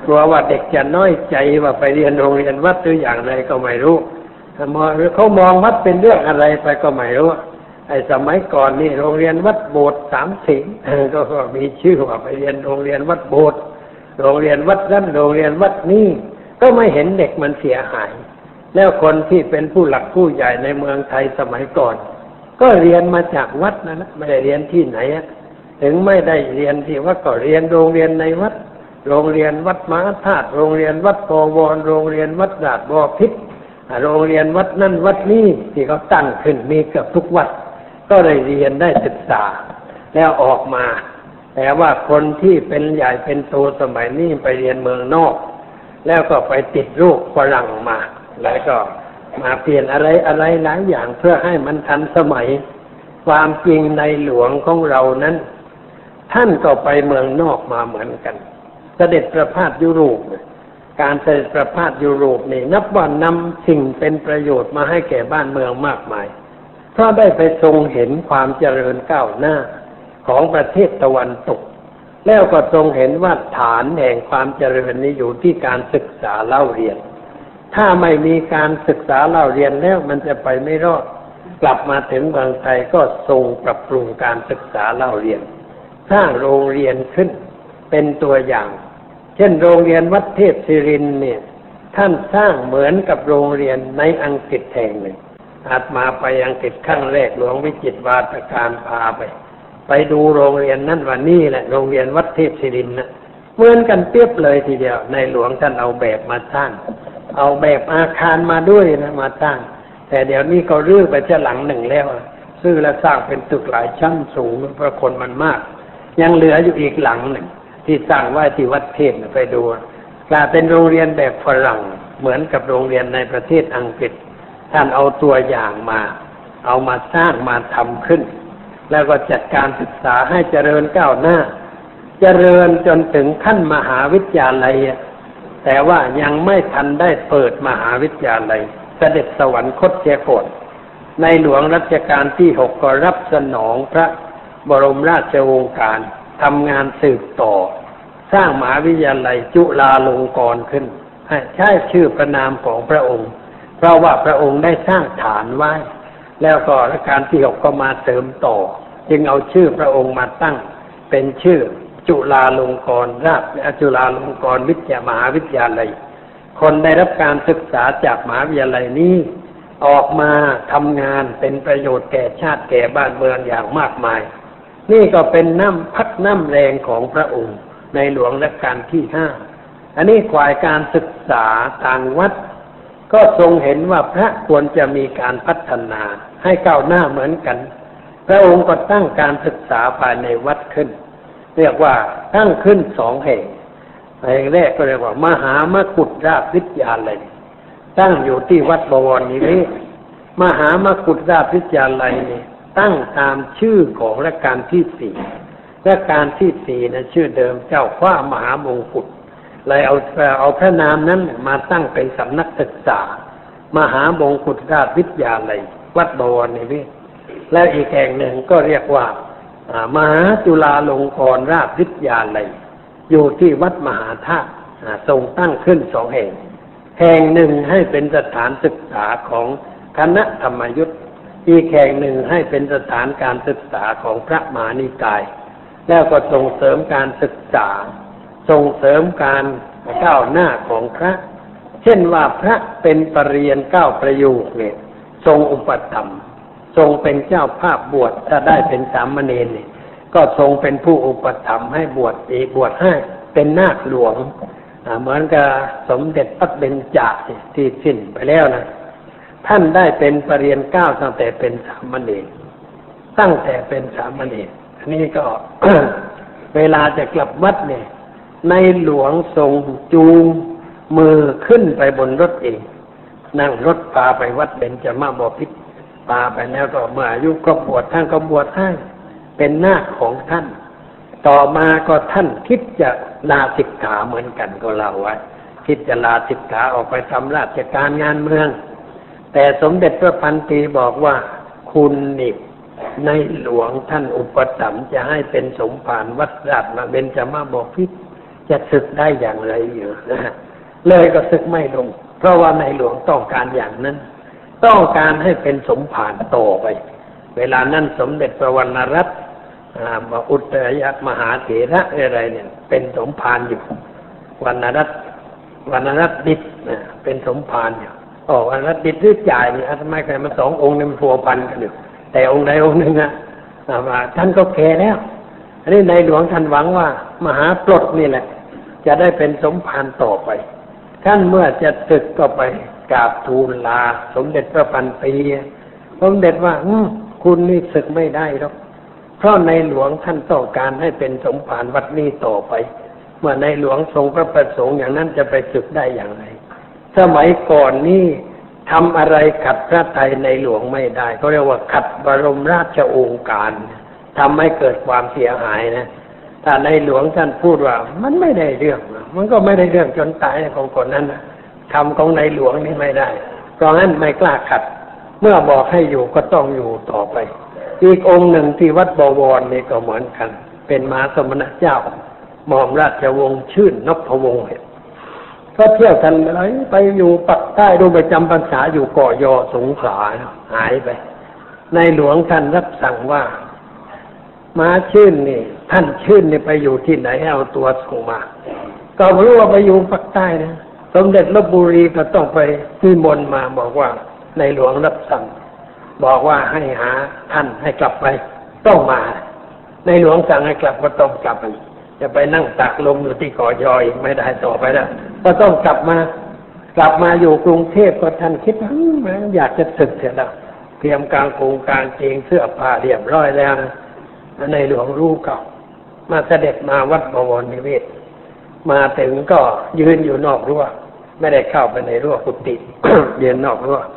กลัวว่าเด็กจะน้อยใจว่าไปเรียนโรงเรียนวัดหรืออย่างไรก็ไม่รู้เขามองวัดเป็นเรื่องอะไรไปก็ไม่รู้ไอ้สมัยก่อนนี่โรงเรียนวัดโบสถ์สามสิงห์ก็มีชื่อว่าไปเรียนโรงเรียนวัดโบสถ์โรงเรียนวัดนั่นโรงเรียนวัดนี้ก็ไม่เห็นเด็กมันเสียหายแล้วคนที่เป็นผู้หลักผู้ใหญ่ในเมืองไทยสมัยก่อนก็เรียนมาจากวัดนั่นแหละไม่ได้เรียนที่ไหนถึงไม่ได้เรียนที่วัดก็เรียนโรงเรียนในวัดโรงเรียนวัดมหาธาตุโรงเรียนวัดโพวรโรงเรียนวัดราชบพิตรโรงเรียนวัดนั่นวัดนี้ที่เขาตั้งขึ้นมีเกือบทุกวัดก็ได้เรียนได้ศึกษาแล้วออกมาแต่ว่าคนที่เป็นใหญ่เป็นโตสมัยนี้ไปเรียนเมืองนอกแล้วก็ไปติดลูกฝรั่งมาแล้วก็มาเปลี่ยนอะไรอะไรหลายอย่างเพื่อให้มันทันสมัยความจริงในหลวงของเรานั้นท่านก็ไปเมืองนอกมาเหมือนกันเสด็จประพาสยุโรปการเสด็จประพาสยุโรปนี่นับว่านำสิ่งเป็นประโยชน์มาให้แก่บ้านเมืองมากมายเพราะได้ไปทรงเห็นความเจริญก้าวหน้าของประเทศตะวันตกแล้วก็ทรงเห็นว่าฐานแห่งความเจริญนี้อยู่ที่การศึกษาเล่าเรียนถ้าไม่มีการศึกษาเล่าเรียนแล้วมันจะไปไม่รอดกลับมาถึงเมืองไทยก็ทรงปรับปรุงการศึกษาเล่าเรียนสร้างโรงเรียนขึ้นเป็นตัวอย่างเช่นโรงเรียนวัดเทพศิรินทร์เนี่ยท่านสร้างเหมือนกับโรงเรียนในอังกฤษแห่งหนึ่งอาตมาไปอังกฤษครั้งแรกหลวงวิจิตรวาทการพาไปไปดูโรงเรียนนั่นว่านี่แหละโรงเรียนวัดเทพศิรินทร์นะเหมือนกันเปรียบเลยทีเดียวในหลวงท่านเอาแบบมาสร้างเอาแบบอาคารมาด้วยนะมาสร้างแต่เดี๋ยวนี้ก็รื้อไปจะหลังหนึ่งแล้วซื้อแล้วสร้างเป็นตึกหลายชั้นสูงเพราะคนมันมากยังเหลืออยู่อีกหลังหนึ่งที่สร้างไว้ที่วัดเทพไปดูกลายเป็นโรงเรียนแบบฝรั่งเหมือนกับโรงเรียนในประเทศอังกฤษท่านเอาตัวอย่างมาเอามาสร้างมาทำขึ้นแล้วก็จัดการศึกษาให้เจริญก้าวหน้าเจริญจนถึงขั้นมหาวิทยาลัยแต่ว่ายังไม่ทันได้เปิดมหาวิทยาลัยเสด็จสวรรคตเสียก่อนในหลวงรัชกาลที่หกก็รับสนองพระบรมราชโองการทำงานสืบต่อสร้างมหาวิทยาลัยจุฬาลงกรณ์ขึ้นให้ใช้ชื่อพระนามของพระองค์เพราะว่าพระองค์ได้สร้างฐานไว้แล้วก็รัชกาลที่หกก็มาเสริมต่อจึงเอาชื่อพระองค์มาตั้งเป็นชื่อจุฬาลงกรณราชจุฬาลงกรณ์วิทยามหาวิทยาลัยคนได้รับการศึกษาจากมหาวิทยาลัยนี้ออกมาทำงานเป็นประโยชน์แก่ชาติแก่บ้านเมืองอย่างมากมายนี่ก็เป็นน้ำพักน้ำแรงของพระองค์ในหลวงรัชกาลที่ห้าอันนี้ฝ่ายการศึกษาทางวัดก็ทรงเห็นว่าพระควรจะมีการพัฒนาให้ก้าวหน้าเหมือนกันพระองค์ก็ตั้งการศึกษาภายในวัดขึ้นเรียกว่าตั้งขึ้นสองแห่งแห่งแรกก็เรียกว่ามหามกุฏราชวิทยาลัยตั้งอยู่ที่วัดบวรนิเวศมหามกุฏราชวิทยาลัยนี่ตั้งตามชื่อของรัชกาลที่สี่รัชกาลที่สี่นะชื่อเดิมเจ้าฟ้ามหามงกุฎเลยเอาเอาพระนามนั้นมาตั้งเป็นสำนักศึกษามหามงกุฎราชวิทยาลัยวัดบวรนิเวศแล้วอีกแห่งหนึ่งก็เรียกว่ามหาจุฬาลงกรณราชวิทยาลัยอยู่ที่วัดมหาธาตุทรงตั้งขึ้นสองแห่งแห่งหนึ่งให้เป็นสถานศึกษาของคณะธรรมยุทธอีกแห่งหนึ่งให้เป็นสถานการศึกษาของพระมหานิกายแล้วก็ส่งเสริมการศึกษาส่งเสริมการก้าวหน้าของพระเช่นว่าพระเป็นปรริญญาเก้าประโยคเนี่ยทรงอุปถัมภ์ทรงเป็นเจ้าภาพบวชถ้าได้เป็นสามเณรเนี่ยก็ทรงเป็นผู้อุปถัมภ์ให้บวชอีกบวชให้เป็นนาคหลวงเหมือนกับสมเด็จพระเบญจที่สิ้นไปแล้วนะท่านได้เป็นปรริญญาเก้าตั้งแต่เป็นสามเณรตั้งแต่เป็นสามเณรอันนี้ก็ เวลาจะกลับวัดเนี่ยในหลวงทรงจูงมือขึ้นไปบนรถเองนั่งรถพาไปวัดเบญจมบพิตรพาไปแล้วก็เมื่ออายุครบบวชท่านก็บวชให้เป็นนาคของท่านต่อมาก็ท่านคิดจะลาสิกขาเหมือนกันก็เล่าไว้คิดจะลาสิกขาออกไปทำราชการงานเมืองแต่สมเด็จพระพันปีบอกว่าคุณนี่ในหลวงท่านอุปถัมภ์จะให้เป็นสมภารวัดราชเบญจมบพิตรจะศึกได้อย่างไรอยู่นะเลยก็ศึกไม่ลงเพราะว่าในหลวงต้องการอย่างนั้นต้องการให้เป็นสมภารต่อไปเวลานั้นสมเด็จพระวรรณรัตน์อุตรยมหาเถระอะไรเนี่ยเป็นสมภารอยู่วรรณรัตน์วรรณรัตน์ดิษฐ์เป็นสมภารอยู่อ๋อวรรณรัตน์ดิษฐ์หรือจ่ายนี่ทำไมใครมาสององค์เนี่ยมันพัวพันกันอยู่แต่องค์ใดองค์หนึ่งอ่ะท่านก็แก่แล้วอันนี้ในหลวงท่านหวังว่ามหาปลดนี่แหละจะได้เป็นสมภารต่อไปท่านเมื่อจะศึกก็ไปกราบทูลลาสมเด็จพระพันปีสมเด็จว่าคุณนี่ศึกไม่ได้หรอกเพราะในหลวงท่านต้องการให้เป็นสมภารวัดนี้ต่อไปเมื่อในหลวงทรงพระประสงค์อย่างนั้นจะไปศึกได้อย่างไรสมัยก่อนนี่ทำอะไรขัดพระทัยในหลวงไม่ได้เขาเรียกว่าขัดบรมราชโองการทำให้เกิดความเสียหายนะถ้าในหลวงท่านพูดว่ามันไม่ได้เรื่องมันก็ไม่ได้เรื่องจนตายของคนนั้นนะคำของในหลวงนี่ไม่ได้เพราะงั้นไม่กล้าขัดเมื่อบอกให้อยู่ก็ต้องอยู่ต่อไปอีกองค์หนึ่งที่วัดบวรนี่ก็เหมือนกันเป็นมหาสมณเจ้าหม่อมราชวงศ์ชื่นนพวงศ์ก็เที่ยวทันอะไรไปอยู่ปักใต้ดูไปจำพรรษาอยู่เกาะยอสงขลาหายไปในหลวงท่านรับสั่งว่ามาชื่นนี่ท่านชื่นนี่ไปอยู่ที่ไหนเอาตัวส่งมาก็รู้ว่าไปอยู่ปักใต้นะสมเด็จลพบุรีก็ต้องไปนิมนต์มาบอกว่าในหลวงรับสั่งบอกว่าให้หาท่านให้กลับไปต้องมาในหลวงสั่งให้กลับก็ต้องกลับจะไปนั่งตากลมอยู่ที่เกาะยออีกไม่ได้ต่อไปแล้วก็ต้องกลับมากลับมาอยู่กรุงเทพก็ท่านคิดว่าอยากจะศึกเสร็จแล้วเตรียมกางโกงกางเกงเสื้อผ้าเรียบร้อยแล้วนะในหลวงรู้เก่ามาเสด็จมาวัดบวรนิเวศมาถึงก็ยืนอยู่นอกรั้วไม่ได้เข้าไปในรั้วกุฏิ ยืนนอกรั้ว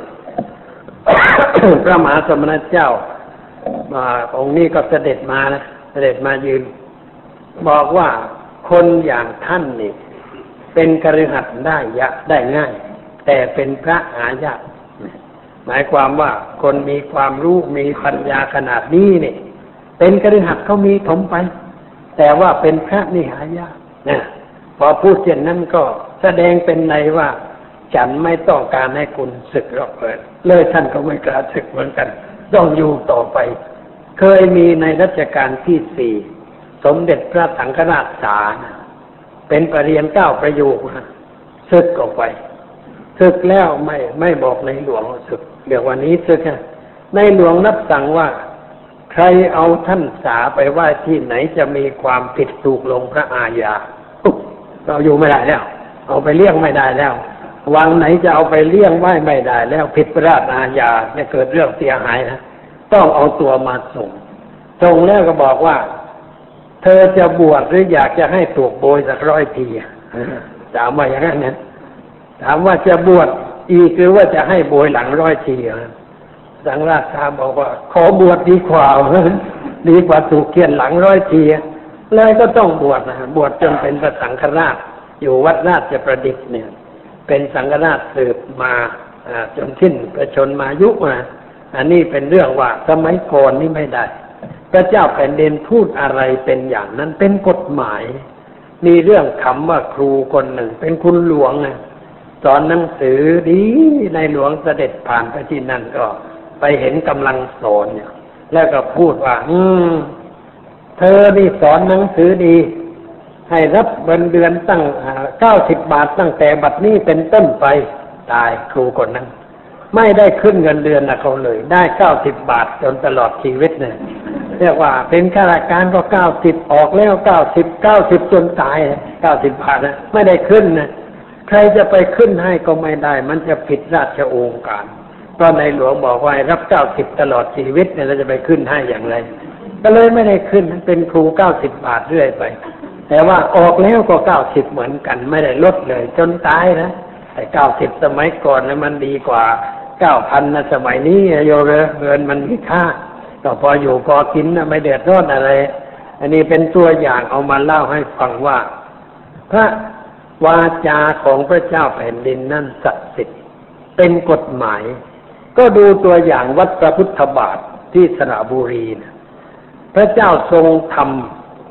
พระมหาสมณเจ้ามาองค์นี้ก็เสด็จมานะเสด็จมายืนบอกว่าคนอย่างท่านนี่เป็นคฤหัสถ์ได้ยากได้ง่ายแต่เป็นพระหายากหมายความว่าคนมีความรู้มีปัญญาขนาดนี้นี่เป็นคฤหัสถ์เขามีถมไปแต่ว่าเป็นพระนี่หายากนะพอพูดเช่นนั้นก็แสดงเป็นในว่าฉันไม่ต้องการให้คุณศึกหรอกเลยเลยท่านก็ไม่กล้าศึกเหมือนกันต้องอยู่ต่อไปเคยมีในรัชกาลที่สี่สมเด็จพระสังฆราชสานะเป็นประเรียนเก้าประโยคนะศึกออกไปศึกแล้วไม่ไม่บอกในหลวงศึกเดี๋ยววันนี้ศึกนะในหลวงรับสั่งว่าใครเอาท่านสาไปไหว้ที่ไหนจะมีความผิดถูกลงพระอาญาเราอยู่ไม่ได้แล้วเอาไปเลี้ยงไม่ได้แล้ววังไหนจะเอาไปเลี้ยงไว้ไม่ได้แล้วผิดพระราชอาญาจะเกิดเรื่องเสียหายนะต้องเอาตัวมาส่งส่งแล้วก็บอกว่าเธอจะบวชหรืออยากจะให้ถูกโบยสักร้อยทีถามว่าอย่างนั้นนะถามว่าจะบวชอีกหรือว่าจะให้โบยหลังร้อยทีสังฆราชบอกว่าขอบวชดีกว่าดีกว่าถูกเคี่ยนหลังร้อยทีเลยก็ต้องบวชนะบวชจนเป็นพระสังฆราชอยู่วัดราชประดิษฐ์เนี่ยเป็นสังฆราชสืบมาจนสิ้นพระชนมายุนะอันนี้เป็นเรื่องว่าสมัยก่อนนี่ไม่ได้พระเจ้าแผ่นดินพูดอะไรเป็นอย่างนั้นเป็นกฎหมายมีเรื่องคำว่าครูคนหนึ่งเป็นคุณหลวงนะสอนหนังสือดีในหลวงเสด็จผ่านไปที่นั่นก็ไปเห็นกำลังสอนเนี่ยแล้วก็พูดว่าอืมเธอนี่สอนหนังสือดีให้รับเงินเดือนตั้งเก้าสิบบาทตั้งแต่บัดนี้เป็นต้นไปตายครูคนนั้นไม่ได้ขึ้นเงินเดือนนะเขาเลยได้เก้าสิบบาทจนตลอดชีวิตเนี่ยเรียกว่าเป็นข้าราชการก็เก้าสิบออกแล้วเก้าสิบเก้าสิบจนตายเก้าสิบบาทนะไม่ได้ขึ้นนะใครจะไปขึ้นให้ก็ไม่ได้มันจะผิดราชโองการก็ในหลวงบอกว่ารับเก้าสิบตลอดชีวิตเนี่ยเราจะไปขึ้นให้อย่างไรก็เลยไม่ได้ขึ้นเป็นครูเก้าสิบบาทเรื่อยไปแต่ว่าออกแล้วก็เก้าสิบเหมือนกันไม่ได้ลดเลยจนตายนะแต่เก้าสิบสมัยก่อนนะมันดีกว่าเก้าพันนะสมัยนี้โยเงินมันมีค่าก็พออยู่พอกินนะไม่เดือดร้อนอะไรอันนี้เป็นตัวอย่างเอามาเล่าให้ฟังว่าพระวาจาของพระเจ้าแผ่นดินนั่นศักดิ์สิทธิ์เป็นกฎหมายก็ดูตัวอย่างวัดพระพุทธบาทที่สระบุรีนะพระเจ้าทรงท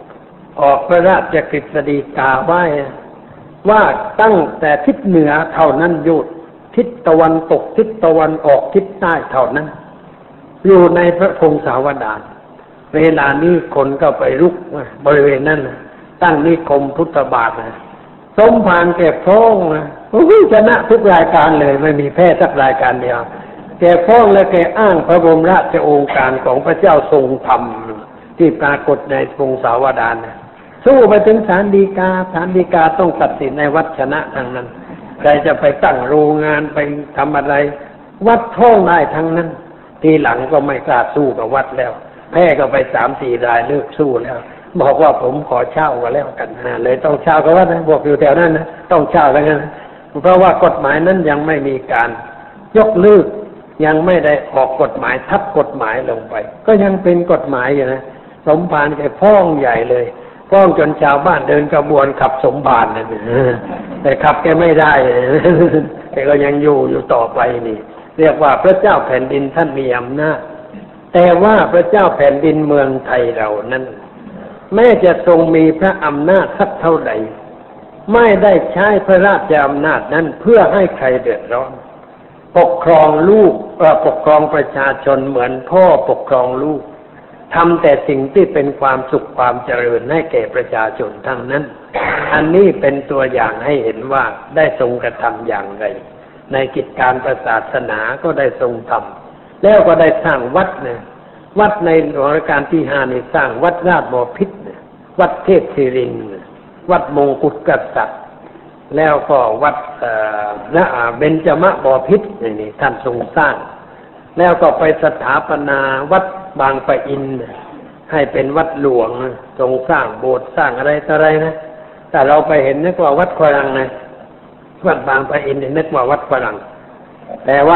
ออกพระราชกฤษฎีกาไว้ว่าตั้งแต่ทิศเหนือเท่านั้นหยุดทิศตะวันตกทิศตะวันออกทิศใต้เท่านั้นอยู่ในพระพงศาวดารเวลานี้คนก็ไปรุกบริเวณนั้นตั้งนิคมพุทธบาทนะสมภารแก่พ้องนะโอ้ยชนะทุกรายการเลยไม่มีแพ้สักรายการเดียวแก่พ้องและแกอ้างพระบรมราชโองการของพระเจ้าทรงธรรมที่ปรากฏในพงศาวดารนะสู้ไปถึงศาลฎีกาศาลฎีกาต้องตัดสินในวัดชนะทั้งนั้นใครจะไปตั้งโรงงานไปทำอะไรวัดท้องได้ทั้งนั้นทีหลังก็ไม่กล้าสู้กับวัดแล้วแพ้ก็ไปสามสี่รายเลิกสู้แล้วบอกว่าผมขอเช่าก็แล้วกันนะเลยต้องเช่ากับวัดนะบอกอยู่แถวนั้นนะต้องเช่าแล้วกันเพราะว่ากฎหมายนั้นยังไม่มีการยกเลิกยังไม่ได้ออกกฎหมายทับกฎหมายลงไปก็ยังเป็นกฎหมายอยู่นะสมภารแกพ้องใหญ่เลยพ้องจนชาวบ้านเดินกระบวนขับสมภารนะแต่ขับแกไม่ได้แต่ก็ยังอยู่อยู่ต่อไปนี่เรียกว่าพระเจ้าแผ่นดินท่านมีอำนาจแต่ว่าพระเจ้าแผ่นดินเมืองไทยเรานั้นแม้จะทรงมีพระอำนาจสักเท่าใดไม่ได้ใช้พระราชอำนาจนั้นเพื่อให้ใครเดือดร้อนปกครองลูกปกครองประชาชนเหมือนพ่อปกครองลูกทำแต่สิ่งที่เป็นความสุขความเจริญให้แก่ประชาชนทั้งนั้นอันนี้เป็นตัวอย่างให้เห็นว่าได้ทรงกระทำอย่างไรในกิจการศาสนาก็ได้ทรงทำแล้วก็ได้สร้างวัดเนี่ยวัดในหลวงรัชกาลที่ห้านี่สร้างวัดราชบพิตรวัดเทพศิรินทร์วัดมงกุฎกษัตริย์แล้วก็วัดนะเบญจมบพิตรนี่ท่านทรงสร้างแล้วก็ไปสถาปนาวัดบางปะอินให้เป็นวัดหลวงทรงสร้างโบสถ์สร้างอะไรต่ออะไรนะแต่เราไปเห็นนึกว่าวัดฝรั่งนะวัดบางปะอินเนี่ยนึกว่าวัดฝรั่งแต่ว่า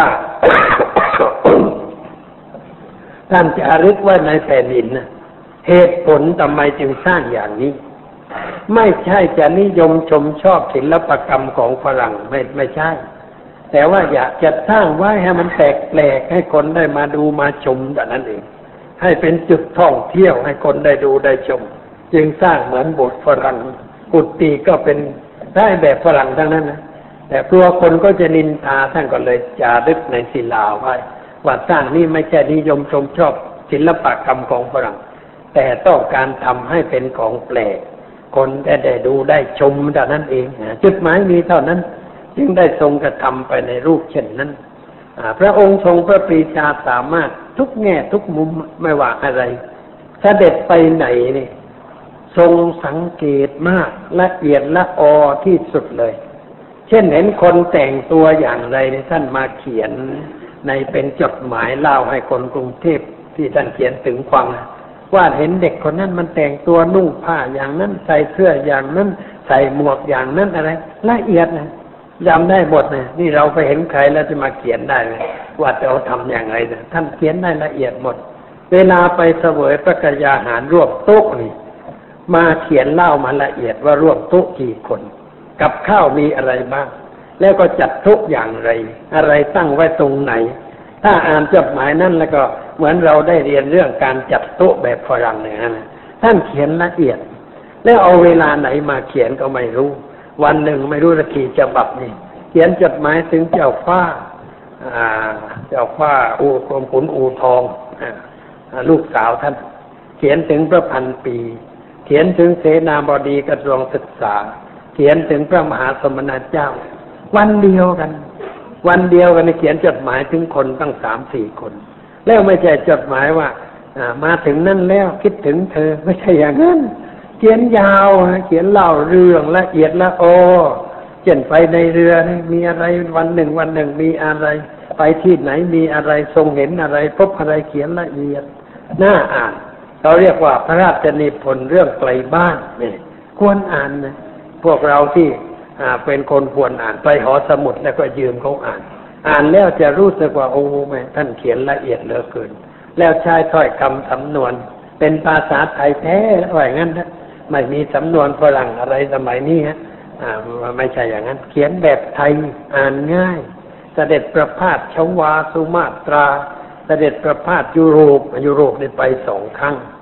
ท่านจะรึกไว้ในแผ่นดินนะเหตุผลทำไมจึงสร้างอย่างนี้ไม่ใช่จะนิยมชมชอบศิลปกรรมของฝรั่งไม่ไม่ใช่แต่ว่าอยากจะสร้างไว้ให้มันแปลกๆให้คนได้มาดูมาชมแต่นั้นเองให้เป็นจุดท่องเที่ยวให้คนได้ดูได้ชมจึงสร้างเหมือนโบสถ์ฝรั่งกุฏิก็เป็นได้แบบฝรั่งทั้งนั้นนะแต่กลัวคนก็จะนินทาท่านก็เลยจารึกในศิลาไว้ว่าสร้างนี่ไม่ใช่นิยมชมชอบศิลปกรรมของฝรั่งแต่ต้องการทำให้เป็นของแปลกคนได้ได้ดูได้ชมแต่นั้นเองจุดหมายมีเท่านั้นจึงได้ทรงกระทำไปในรูปเช่นนั้นพระองค์ทรงพระปรีชาสามารถทุกแง่ทุกมุมไม่ว่าอะไรเสด็จไปไหนนี่ทรงสังเกตมากละเอียดละออที่สุดเลยเช่นเห็นคนแต่งตัวอย่างไรท่านมาเขียนในเป็นจดหมายเล่าให้คนกรุงเทพที่ท่านเขียนถึงฟังว่าเห็นเด็กคนนั้นมันแต่งตัวนุ่งผ้าอย่างนั้นใส่เสื้ออย่างนั้นใส่หมวกอย่างนั้นอะไรละเอียดนะจำได้หมดนะนี่เราไปเห็นใครแล้วจะมาเขียนได้ไหมว่าจะเอาทำอย่างไรนะท่านเขียนได้ละเอียดหมดเวลาไปเสวยพระกยาหารร่วมโต๊ะนี่มาเขียนเล่ามาละเอียดว่าร่วมโต๊ะกี่คนกับข้าวมีอะไรบ้างแล้วก็จัดโต๊ะอย่างไรอะไรตั้งไว้ตรงไหนถ้าอ่านจดหมายนั้นแล้วก็เหมือนเราได้เรียนเรื่องการจัดโต๊ะแบบฝรั่งเนี่ยนะท่านเขียนละเอียดแล้วเอาเวลาไหนมาเขียนก็ไม่รู้วันหนึ่งไม่รู้ละกี่ฉบับนี่เขียนจดหมายถึงเจ้าฟ้าเจ้าฟ้าอูกรมขุนอูทองลูกสาวท่านเขียนถึงพระพันปีเขียนถึงเสนาบดีกระทรวงศึกษาเขียนถึงพระมหาสมณเจ้าวันเดียวกันวันเดียวกันเขียนจดหมายถึงคนตั้งสามสี่คนแล้วไม่ใช่จดหมายว่ามาถึงนั่นแล้วคิดถึงเธอไม่ใช่อย่างนั้นเขียนยาวเขียนเล่าเรื่องละเอียดละออเช่นไปในเรือมีอะไรวันหนึ่งวันหนึ่งมีอะไรไปที่ไหนมีอะไรทรงเห็นอะไรพบอะไรเขียนละเอียดน่าอ่านเราเรียกว่าพระราชนิพนธ์เรื่องไกลบ้านนี่ควรอ่านนะพวกเราที่เป็นคนควรอ่านไปหอสมุดแล้วก็ยืมเขาอ่านอ่านแล้วจะรู้สึกว่าโอ้แม่ท่านเขียนละเอียดเหลือเกินแล้วใช้ถ้อยคำสำนวนเป็นภาษาไทยแท้ว่าอย่างนั้นนะไม่มีสำนวนฝรั่งอะไรสมัยนี้ฮะไม่ใช่อย่างนั้นเขียนแบบไทยอ่านง่ายเสด็จประพาสชวาสุมาตราเสด็จประพาสยุโรปยุโรปได้ไปสองครั้ง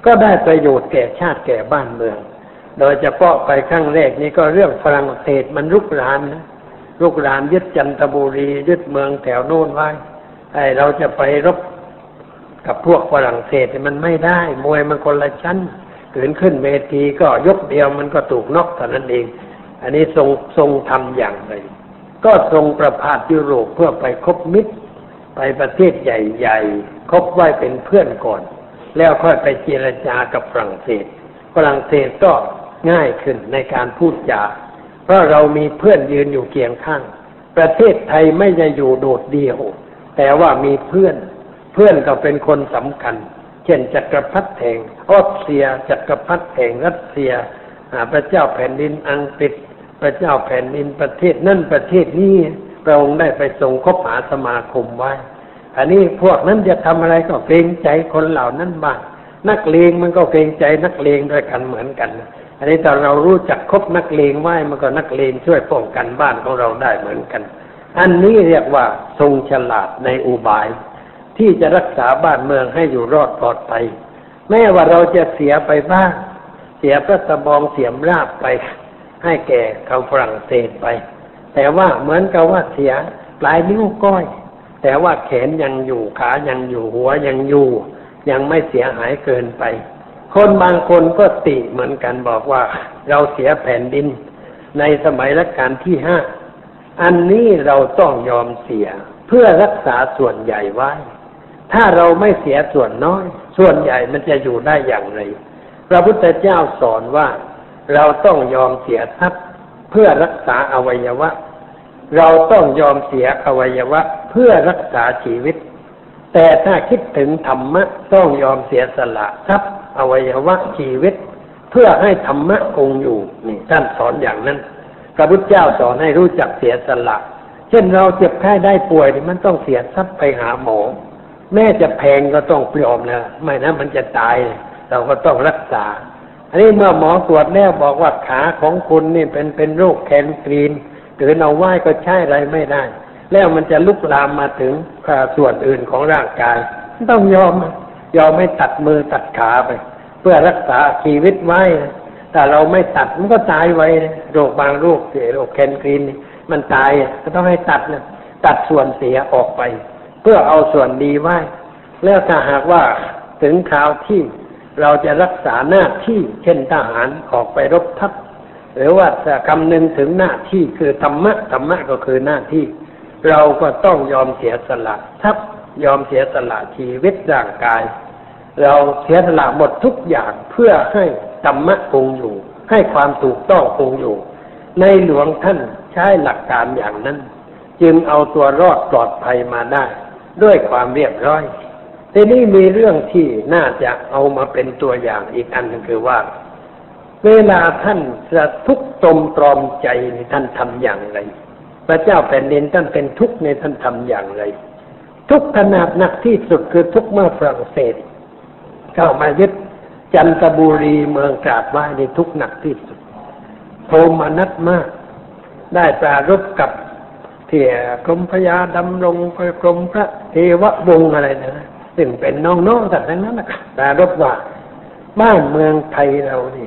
ก็ได้ประโยชน์แก่ชาติแก่บ้านเมืองโดยเฉพาะไปครั้งแรกนี่ก็เรื่องฝรั่งเศสมันรุกรานนะรุกรานยึดจันทบุรียึดเมืองแถวโน้นไว้ไอ้เราจะไปรบกับพวกฝรั่งเศสมันไม่ได้มวยมันคนละชั้นขืนขึ้นเวทีก็ยกเดียวมันก็ถูกน็อกเท่านั้นเองอันนี้ทรงทรงทำอย่างไรก็ทรงประพาสยุโรปเพื่อไปคบมิตรไปประเทศใหญ่ๆคบไว้เป็นเพื่อนก่อนแล้วค่อยไปเจรจากับฝรั่งเศสฝรั่งเศสก็ง่ายขึ้นในการพูดจาเพราะเรามีเพื่อนยืนอยู่เคียงข้างประเทศไทยไม่ได้อยู่โดดเดี่ยวแต่ว่ามีเพื่อนเพื่อนก็เป็นคนสำคัญเช่นจักรพรรดิแห่งออสเตรียจักรพรรดิแห่งรัสเซียพระเจ้าแผ่นดินอังกฤษพระเจ้าแผ่นดินประเทศนั่นประเทศนี้พระองค์ได้ไปทรงคบหาสมาคมไว้อันนี้พวกนั้นจะทำอะไรก็เกรงใจคนเหล่านั้นบ้างนักเลงมันก็เกรงใจนักเลงด้วยกันเหมือนกันอันนี้ถ้าเรารู้จักคบนักเลงไว้มันก็นักเลงช่วยป้องกันบ้านของเราได้เหมือนกันอันนี้เรียกว่าทรงฉลาดในอุบายที่จะรักษาบ้านเมืองให้อยู่รอดปลอดภัยแม้ว่าเราจะเสียไปบ้างเสียพระตะบองเสียมราบไปให้แก่เขาฝรั่งเศสไปแต่ว่าเหมือนกับว่าเสียปลายนิ้วก้อยแต่ว่าแขนยังอยู่ขายังอยู่หัวยังอยู่ยังไม่เสียหายเกินไปคนบางคนก็ติเหมือนกันบอกว่าเราเสียแผ่นดินในสมัยรัชกาลที่ห้าอันนี้เราต้องยอมเสียเพื่อรักษาส่วนใหญ่ไว้ถ้าเราไม่เสียส่วนน้อยส่วนใหญ่มันจะอยู่ได้อย่างไรพระพุทธเจ้าสอนว่าเราต้องยอมเสียทรัพย์เพื่อรักษาอวัยวะเราต้องยอมเสียอวัยวะเพื่อรักษาชีวิตแต่ถ้าคิดถึงธรรมะต้องยอมเสียสละทรัพย์อวัยวะชีวิตเพื่อให้ธรรมะคงอยู่นี่ท่านสอนอย่างนั้นพระพุทธเจ้าสอนให้รู้จักเสียสละเช่นเราเจ็บไข้ได้ป่วยนี่มันต้องเสียทรัพย์ไปหาหมอแม้จะแพงก็ต้องยอมนะไม่นั้นมันจะตายเราก็ต้องรักษาอันนี้เมื่อหมอตรวจแล้วบอกว่าขาของคุณนี่เป็นเป็นโรคแคนกรีนหรือเอาไว้ก็ใช้อะไรไม่ได้แล้วมันจะลุกลามมาถึงส่วนอื่นของร่างกายต้องยอมยอมไม่ตัดมือตัดขาไปเพื่อรักษาชีวิตไว้แต่เราไม่ตัดมันก็ตายไว้โรคบางโรคเสียโรคแคนกรีนนี่มันตายก็ต้องให้ตัดนะตัดส่วนเสียออกไปเพื่อเอาส่วนดีไว้แล้วถ้าหากว่าถึงคราวที่เราจะรักษาหน้าที่เช่นทหารออกไปรบทัพหรือว่าจะคำนึงถึงหน้าที่คือธรรมะธรรมะก็คือหน้าที่เราก็ต้องยอมเสียสละทรัพย์ยอมเสียสละชีวิตร่างกายเราเสียสละหมดทุกอย่างเพื่อให้ธรรมะคงอยู่ให้ความถูกต้องคงอยู่ในหลวงท่านใช้หลักการอย่างนั้นจึงเอาตัวรอดปลอดภัยมาได้ด้วยความเรียบร้อยทีนี้มีเรื่องที่น่าจะเอามาเป็นตัวอย่างอีกอันนึงคือว่าเวลาท่านจะทุกข์ตรมตรอมใจท่านทำอย่างไรพระเจ้าแผ่นดินท่านเป็นทุกข์ในท่านทำอย่างไรทุกข์ขนาดหนักที่สุดคือทุกข์เมื่อฝรั่งเศสเข้ามายึดจันทบุรีเมืองกราบไหว้ในทุกข์หนักที่สุดโทมนัสมากได้ปรารภกับที่กรมพระยาดำรงกรมพระเทววงศ์อะไรนะซึ่งเป็นน้องๆแต่ทั้งนั้นนะปรารภว่าบ้านเมืองไทยเรานี่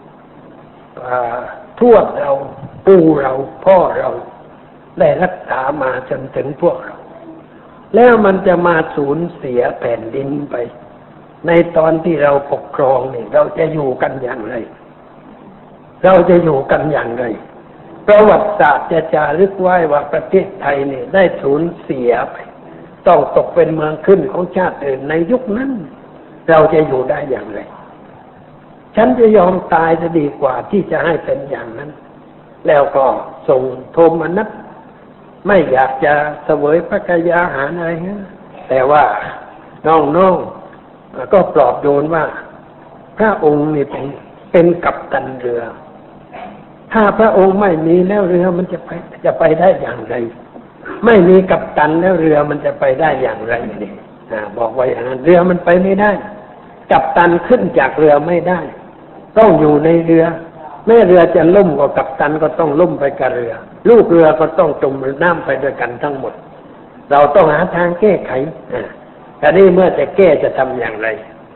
ทวดเราปู่เราพ่อเราได้รักษามาจนถึงพวกเราแล้วมันจะมาสูญเสียแผ่นดินไปในตอนที่เราปกครองนี่เราจะอยู่กันอย่างไรเราจะอยู่กันอย่างไรประวัติศาสตร์จะจารึกไว้ว่าประเทศไทยนี่ได้สูญเสียไปต้องตกเป็นเมืองขึ้นของชาติอื่นในยุคนั้นเราจะอยู่ได้อย่างไรฉันจะยอมตายจะดีกว่าที่จะให้เป็นอย่างนั้นแล้วก็ส่งโทมนัสไม่อยากจะเสวยพระกายอาหารอะไรเงี้ยแต่ว่าน้องๆก็ปลอบโยนว่าพระองค์นี่เป็นเป็นกัปตันเรือถ้าพระองค์ไม่มีแล้วเรือมันจะไปจะไปได้อย่างไรไม่มีกัปตันแล้วเรือมันจะไปได้อย่างไรนี่บอกไว้อย่างนั้นเรือมันไปไม่ได้กัปตันขึ้นจากเรือไม่ได้ต้องอยู่ในเรือแม่เรือจะล่มก็กัปตันก็ต้องล่มไปกับเรือลูกเรือก็ต้องจมน้ำไปด้วยกันทั้งหมดเราต้องหาทางแก้ไขอันนี้เมื่อจะแก้จะทำอย่างไร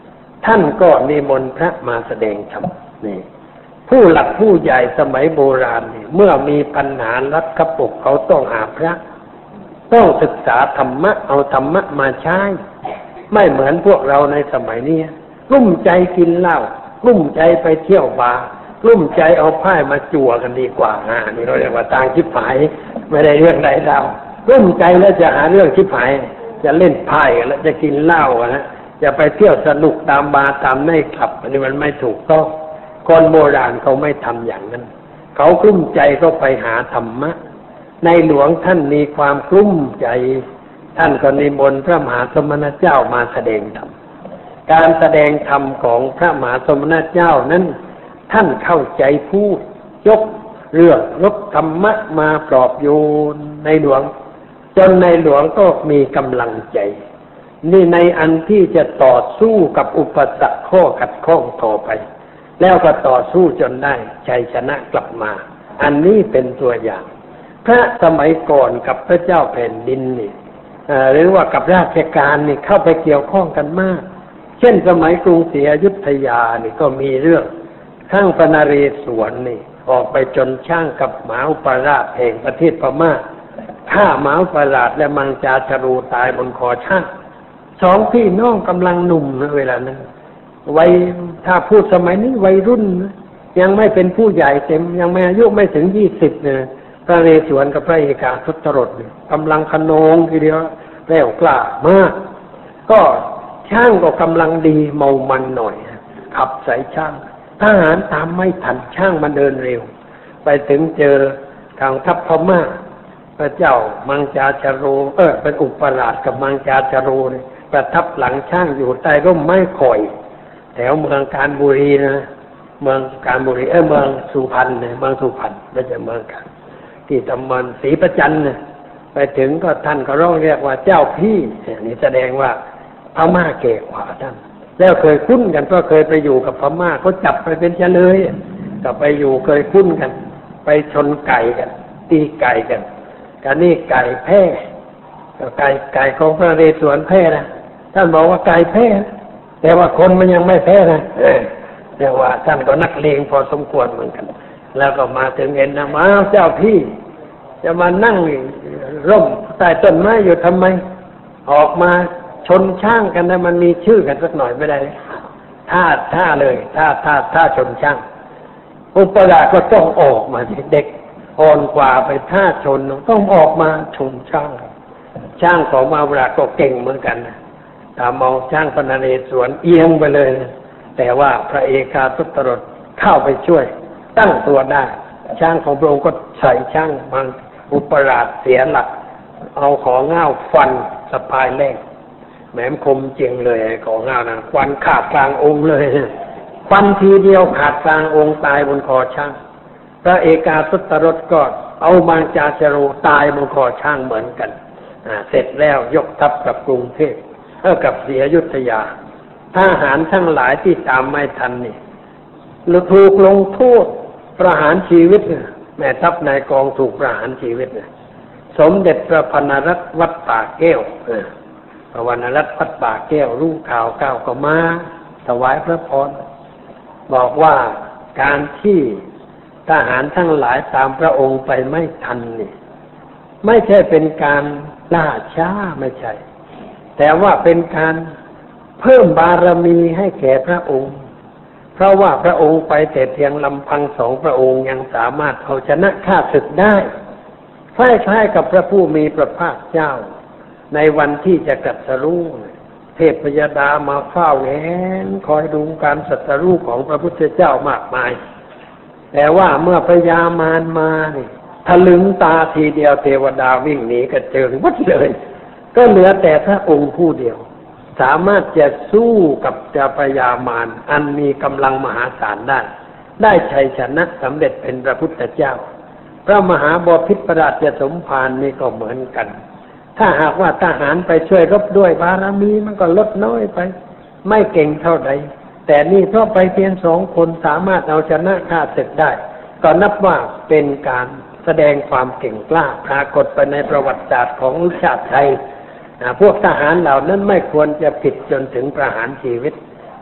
ท่านก็นิมนต์พระมาแสดงธรรมนี่ผู้หลักผู้ใหญ่สมัยโบราณนี่เมื่อมีปัญหารัดกระปุกเขาต้องหาพระต้องศึกษาธรรมะเอาธรรมะมาใช้ไม่เหมือนพวกเราในสมัยนี้รุ่มใจกินเหล้ารุ่มใจไปเที่ยวบาร์รุ่มใจเอาไพ่มาจั่วกันดีกว่าอ่านี่เราเรียกว่าต่างชิบหายไม่ได้เรื่องใดเรารุ่มใจแล้วจะหาเรื่องชิบหายจะเล่นไพ่แล้วจะกินเหล้านะจะไปเที่ยวสนุกตามบาร์ตามไนท์คลับอันนี้มันไม่ถูกต้องคนโบราณเขาไม่ทำอย่างนั้นเขากลุ้มใจก็ไปหาธรรมะในหลวงท่านมีความกลุ้มใจท่านก็นิมนต์พระมหาสมณเจ้ามาแสดงธรรมการแสดงธรรมของพระมหาสมณเจ้านั้นท่านเข้าใจพูดยกเรื่องยกธรรมะมาปลอบโยนในหลวงจนในหลวงก็มีกำลังใจนี่ในอันที่จะต่อสู้กับอุปสรรคข้อขัดข้องต่อไปแล้วก็ต่อสู้จนได้ชัยชนะกลับมาอันนี้เป็นตัวอย่างพระสมัยก่อนกับพระเจ้าแผ่นดินนี่หรือว่ากับราชการนี่เข้าไปเกี่ยวข้องกันมากเช่นสมัยกรุงศรีอยุธยานี่ก็มีเรื่องข้างพระนเรศวรนี่ออกไปจนช่างกับหมาอุปราชแห่งประเทศพม่าฆ่าหมาอุปราชและมังจาชรูตายบนคอช่างสองพี่น้องกำลังหนุ่มนะเวลานั้นวัยถ้าพูดสมัยนี้วัยรุ่นนะยังไม่เป็นผู้ใหญ่เต็มยังไม่อายุไม่ถึงยี่สิบเนี่ยพระนเรศวรกับพระเอกาทศรถเนี่ยกำลังขนองทีเดียวแรงกล้ามากก็ช่างก็กำลังดีเมามันหน่อยขับใส่ช่างทหารตามไม่ทันช่างมันเดินเร็วไปถึงเจอทางทัพพม่าพระเจ้ามังจาชโรเออเป็นอุปราชกับมังจาชโรเนี่ยประทับหลังช่างอยู่ใต้ร่มไม้ข่อยแถวเมืองกาญบุรีนะเมืองกาญบุรีเออเมืองสุพรรณเนี่ยเมืองสุพรรณไม่ใช่เมืองกาญที่ตำบลศรีประจันเนี่ยไปถึงก็ท่านก็ร้องเรียกว่าเจ้าพี่นี่แสดงว่าพม่าเก่กว่าท่านแล้วเคยคุ้นกันก็เคยไปอยู่กับพม่าเขาจับไปเป็นเฉลยก็ไปอยู่เคยคุ้นกันไปชนไก่กันตีไก่กันกันนี่ไก่แพ้ก็ไก่ไก่ของพระนเรศวรแพ้นะท่านบอกว่าไก่แพ้แต่ว่าคนมันยังไม่แพ้นะเรียกว่าท่านก็นักเลงพอสมควรเหมือนกันแล้วก็มาถึงเห็นนะมาเจ้าพี่จะมานั่งร่มใต้ต้นไม้อยู่ทำไมออกมาชนช่างกันนะมันมีชื่อกันสักหน่อยไม่ได้ท่าท่าเลยท่าท่าท่าชนช่างอุปราชก็ต้องออกมาเด็กอ่อนกว่าไปท่าชนต้องออกมาชนช่างช่างของมาอุปราชก็เก่งเหมือนกันนะตามองช่างพระนเรศวรเอียงไปเลยแต่ว่าพระเอกาทศรถเข้าไปช่วยตั้งตัวได้ช่างของพระองค์ก็ใส่ช่างมังอุปราชเสียหลักเอาของง่าวฟันสะพายแรกแหมคมจริงเลยของง่าวนะฟันขาดกลางองค์เลยฟันทีเดียวขาดกลางองค์ตายบนคอช่างพระเอกาทศรถก็เอามังจาชโรตายบนคอช่างเหมือนกันเสร็จแล้วยกทัพกับกรุงเทพเออกับศรีอยุธยาทหารทั้งหลายที่ตามไม่ทันนี่ถูกลงโทษประหารชีวิตแม่ทัพนายกองถูกประหารชีวิตสมเด็จพระพนรัตน์วัดป่าแก้วพระวรรณรัตน์วัดป่าแก้วรู้ข่าวก้าวก็มาถวายพระพรบอกว่าการที่ทหารทั้งหลายตามพระองค์ไปไม่ทันนี่ไม่ใช่เป็นการล่าช้าไม่ใช่แต่ว่าเป็นการเพิ่มบารมีให้แก่พระองค์เพราะว่าพระองค์ไปแต่เพียงลำพังสองพระองค์ยังสามารถเอาชนะข้าศึกได้คล้ายๆกับพระผู้มีพระภาคเจ้าในวันที่จะตรัสรู้เทพยดามาเฝ้าแหนคอยดูการตรัสรู้ของพระพุทธเจ้ามากมายแต่ว่าเมื่อพญามารมานี่ทะลึงตาทีเดียวเทวดาวิ่งหนีกระเจิงวัดเลยก็เหลือแต่พระองค์ผู้เดียวสามารถจะสู้กับเจ้าพญามารอันมีกำลังมหาศาลได้ได้ชัยชนะสำเร็จเป็นพระพุทธเจ้าพระมหาบพิตรราชสมภารนี่ก็เหมือนกันถ้าหากว่าทหารไปช่วยรบด้วยบารมีมันก็ลดน้อยไปไม่เก่งเท่าใดแต่นี่เพราะไปเพียงสองคนสามารถเอาชนะข้าศึกได้ก็นับว่าเป็นการแสดงความเก่งกล้าปรากฏไปในประวัติศาสตร์ของชาติไทยพวกทหารเหล่านั้นไม่ควรจะผิดจนถึงประหารชีวิต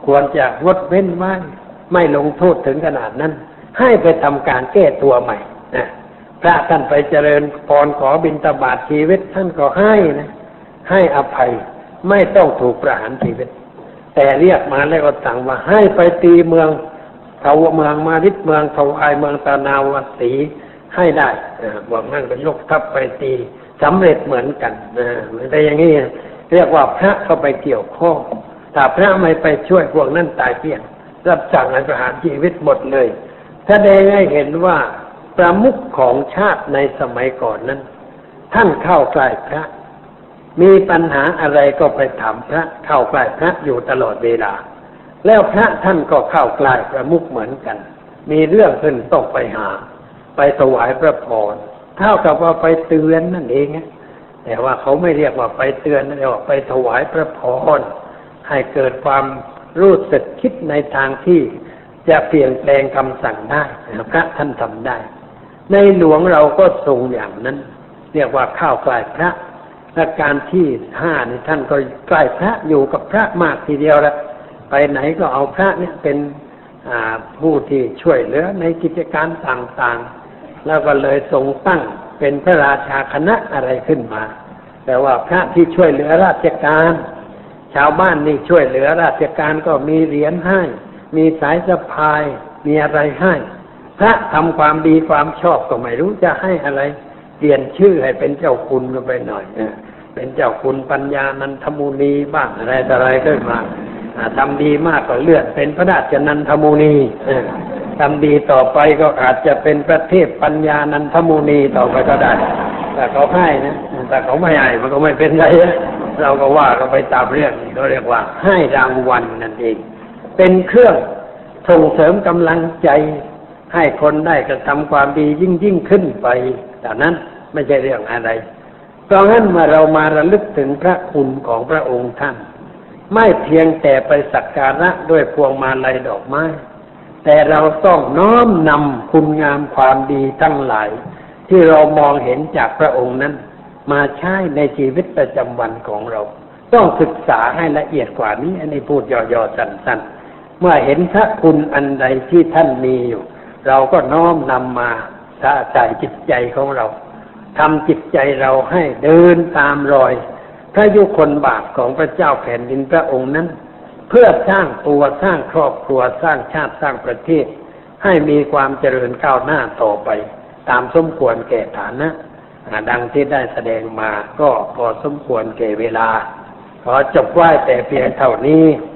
ควรจะงดเว้นไว้ไม่ลงโทษถึงขนาดนั้นให้ไปทำการแก้ตัวใหม่นะพระท่านไปเจริญพรขอบิณฑบาตชีวิตท่านก็ให้นะให้อภัยไม่ต้องถูกประหารชีวิตแต่เรียกมาแล้วก็สั่งว่าให้ไปตีเมืองเทวเมืองมาริดเมืองทวายเมืองตานาวัสีให้ได้บอกนั่นก็ยกทัพไปตีสำเร็จเหมือนกันนะแต่อย่างนี้เรียกว่าพระเข้าไปเกี่ยวข้องถ้าพระไม่ไปช่วยพวกนั้นตายเพียงรับสั่งให้ประหารชีวิตหมดเลยแสดงให้เห็นว่าประมุขของชาติในสมัยก่อนนั้นท่านเข้าใกล้พระมีปัญหาอะไรก็ไปถามพระเข้าใกล้พระอยู่ตลอดเวลาแล้วพระท่านก็เข้าใกล้ประมุขเหมือนกันมีเรื่องขึ้นต้องไปหาไปถวายพระพรเท่ากับว่าไปเตือนนั่นเองแต่ว่าเขาไม่เรียกว่าไปเตือนนั่นเรียกว่าไปถวายพระพรให้เกิดความรู้สึกคิดในทางที่จะเปลี่ยนแปลงคำสั่งได้พระท่านทำได้ในหลวงเราก็ทรงอย่างนั้นเรียกว่าเข้าใกล้พระและการที่ห้านี่ท่านก็ใกล้พระอยู่กับพระมากทีเดียวละไปไหนก็เอาพระเนี่ยเป็นผู้ที่ช่วยเหลือในกิจการต่างๆแล้วก็เลยทรงตั้งเป็นพระราชาคณะอะไรขึ้นมาแต่ว่าพระที่ช่วยเหลือราชการชาวบ้านนี่ช่วยเหลือราชการก็มีเหรียญให้มีสายสะพายมีอะไรให้พระทำความดีความชอบก็ไม่รู้จะให้อะไรเปลี่ยนชื่อให้เป็นเจ้าคุณก็ไปหน่อยเป็นเจ้าคุณปัญญานันทมุนีบ้างอะไรต่ออะไรขึ้นมาทำดีมากก็เลื่อนเป็นพระราชนันทมุนีทำดีต่อไปก็อาจจะเป็นพระเทพปัญญานันทมุนีต่อไปก็ได้แต่เขาให้นะแต่เขาไม่ให้มันก็ไม่เป็นไรเราก็ว่าก็ไปตามเรื่องเขาเรียกว่าให้รางวัลนั่นเองเป็นเครื่องส่งเสริมกำลังใจให้คนได้กระทำความดียิ่งยิ่งขึ้นไปแต่นั้นไม่ใช่เรื่องอะไรเพราะงั้นเมื่อเรามาระลึกถึงพระคุณของพระองค์ท่านไม่เพียงแต่ไปสักการะด้วยพวงมาลัยดอกไม้แต่เราต้องน้อมนำคุณงามความดีทั้งหลายที่เรามองเห็นจากพระองค์นั้นมาใช้ในชีวิตประจำวันของเราต้องศึกษาให้ละเอียดกว่านี้อันนี้พูดย่อๆสั้นๆเมื่อเห็นพระคุณอันใดที่ท่านมีอยู่เราก็น้อมนำมาใส่จิตใจของเราทำจิตใจเราให้เดินตามรอยพระยุคลบาทของพระเจ้าแผ่นดินพระองค์นั้นเพื่อสร้างตัวสร้างครอบครัวสร้างชาติสร้างประเทศให้มีความเจริญก้าวหน้าต่อไปตามสมควรแก่ฐานะดังที่ได้แสดงมาก็พอสมควรแก่เวลาขอจบไว้แต่เพียงเท่านี้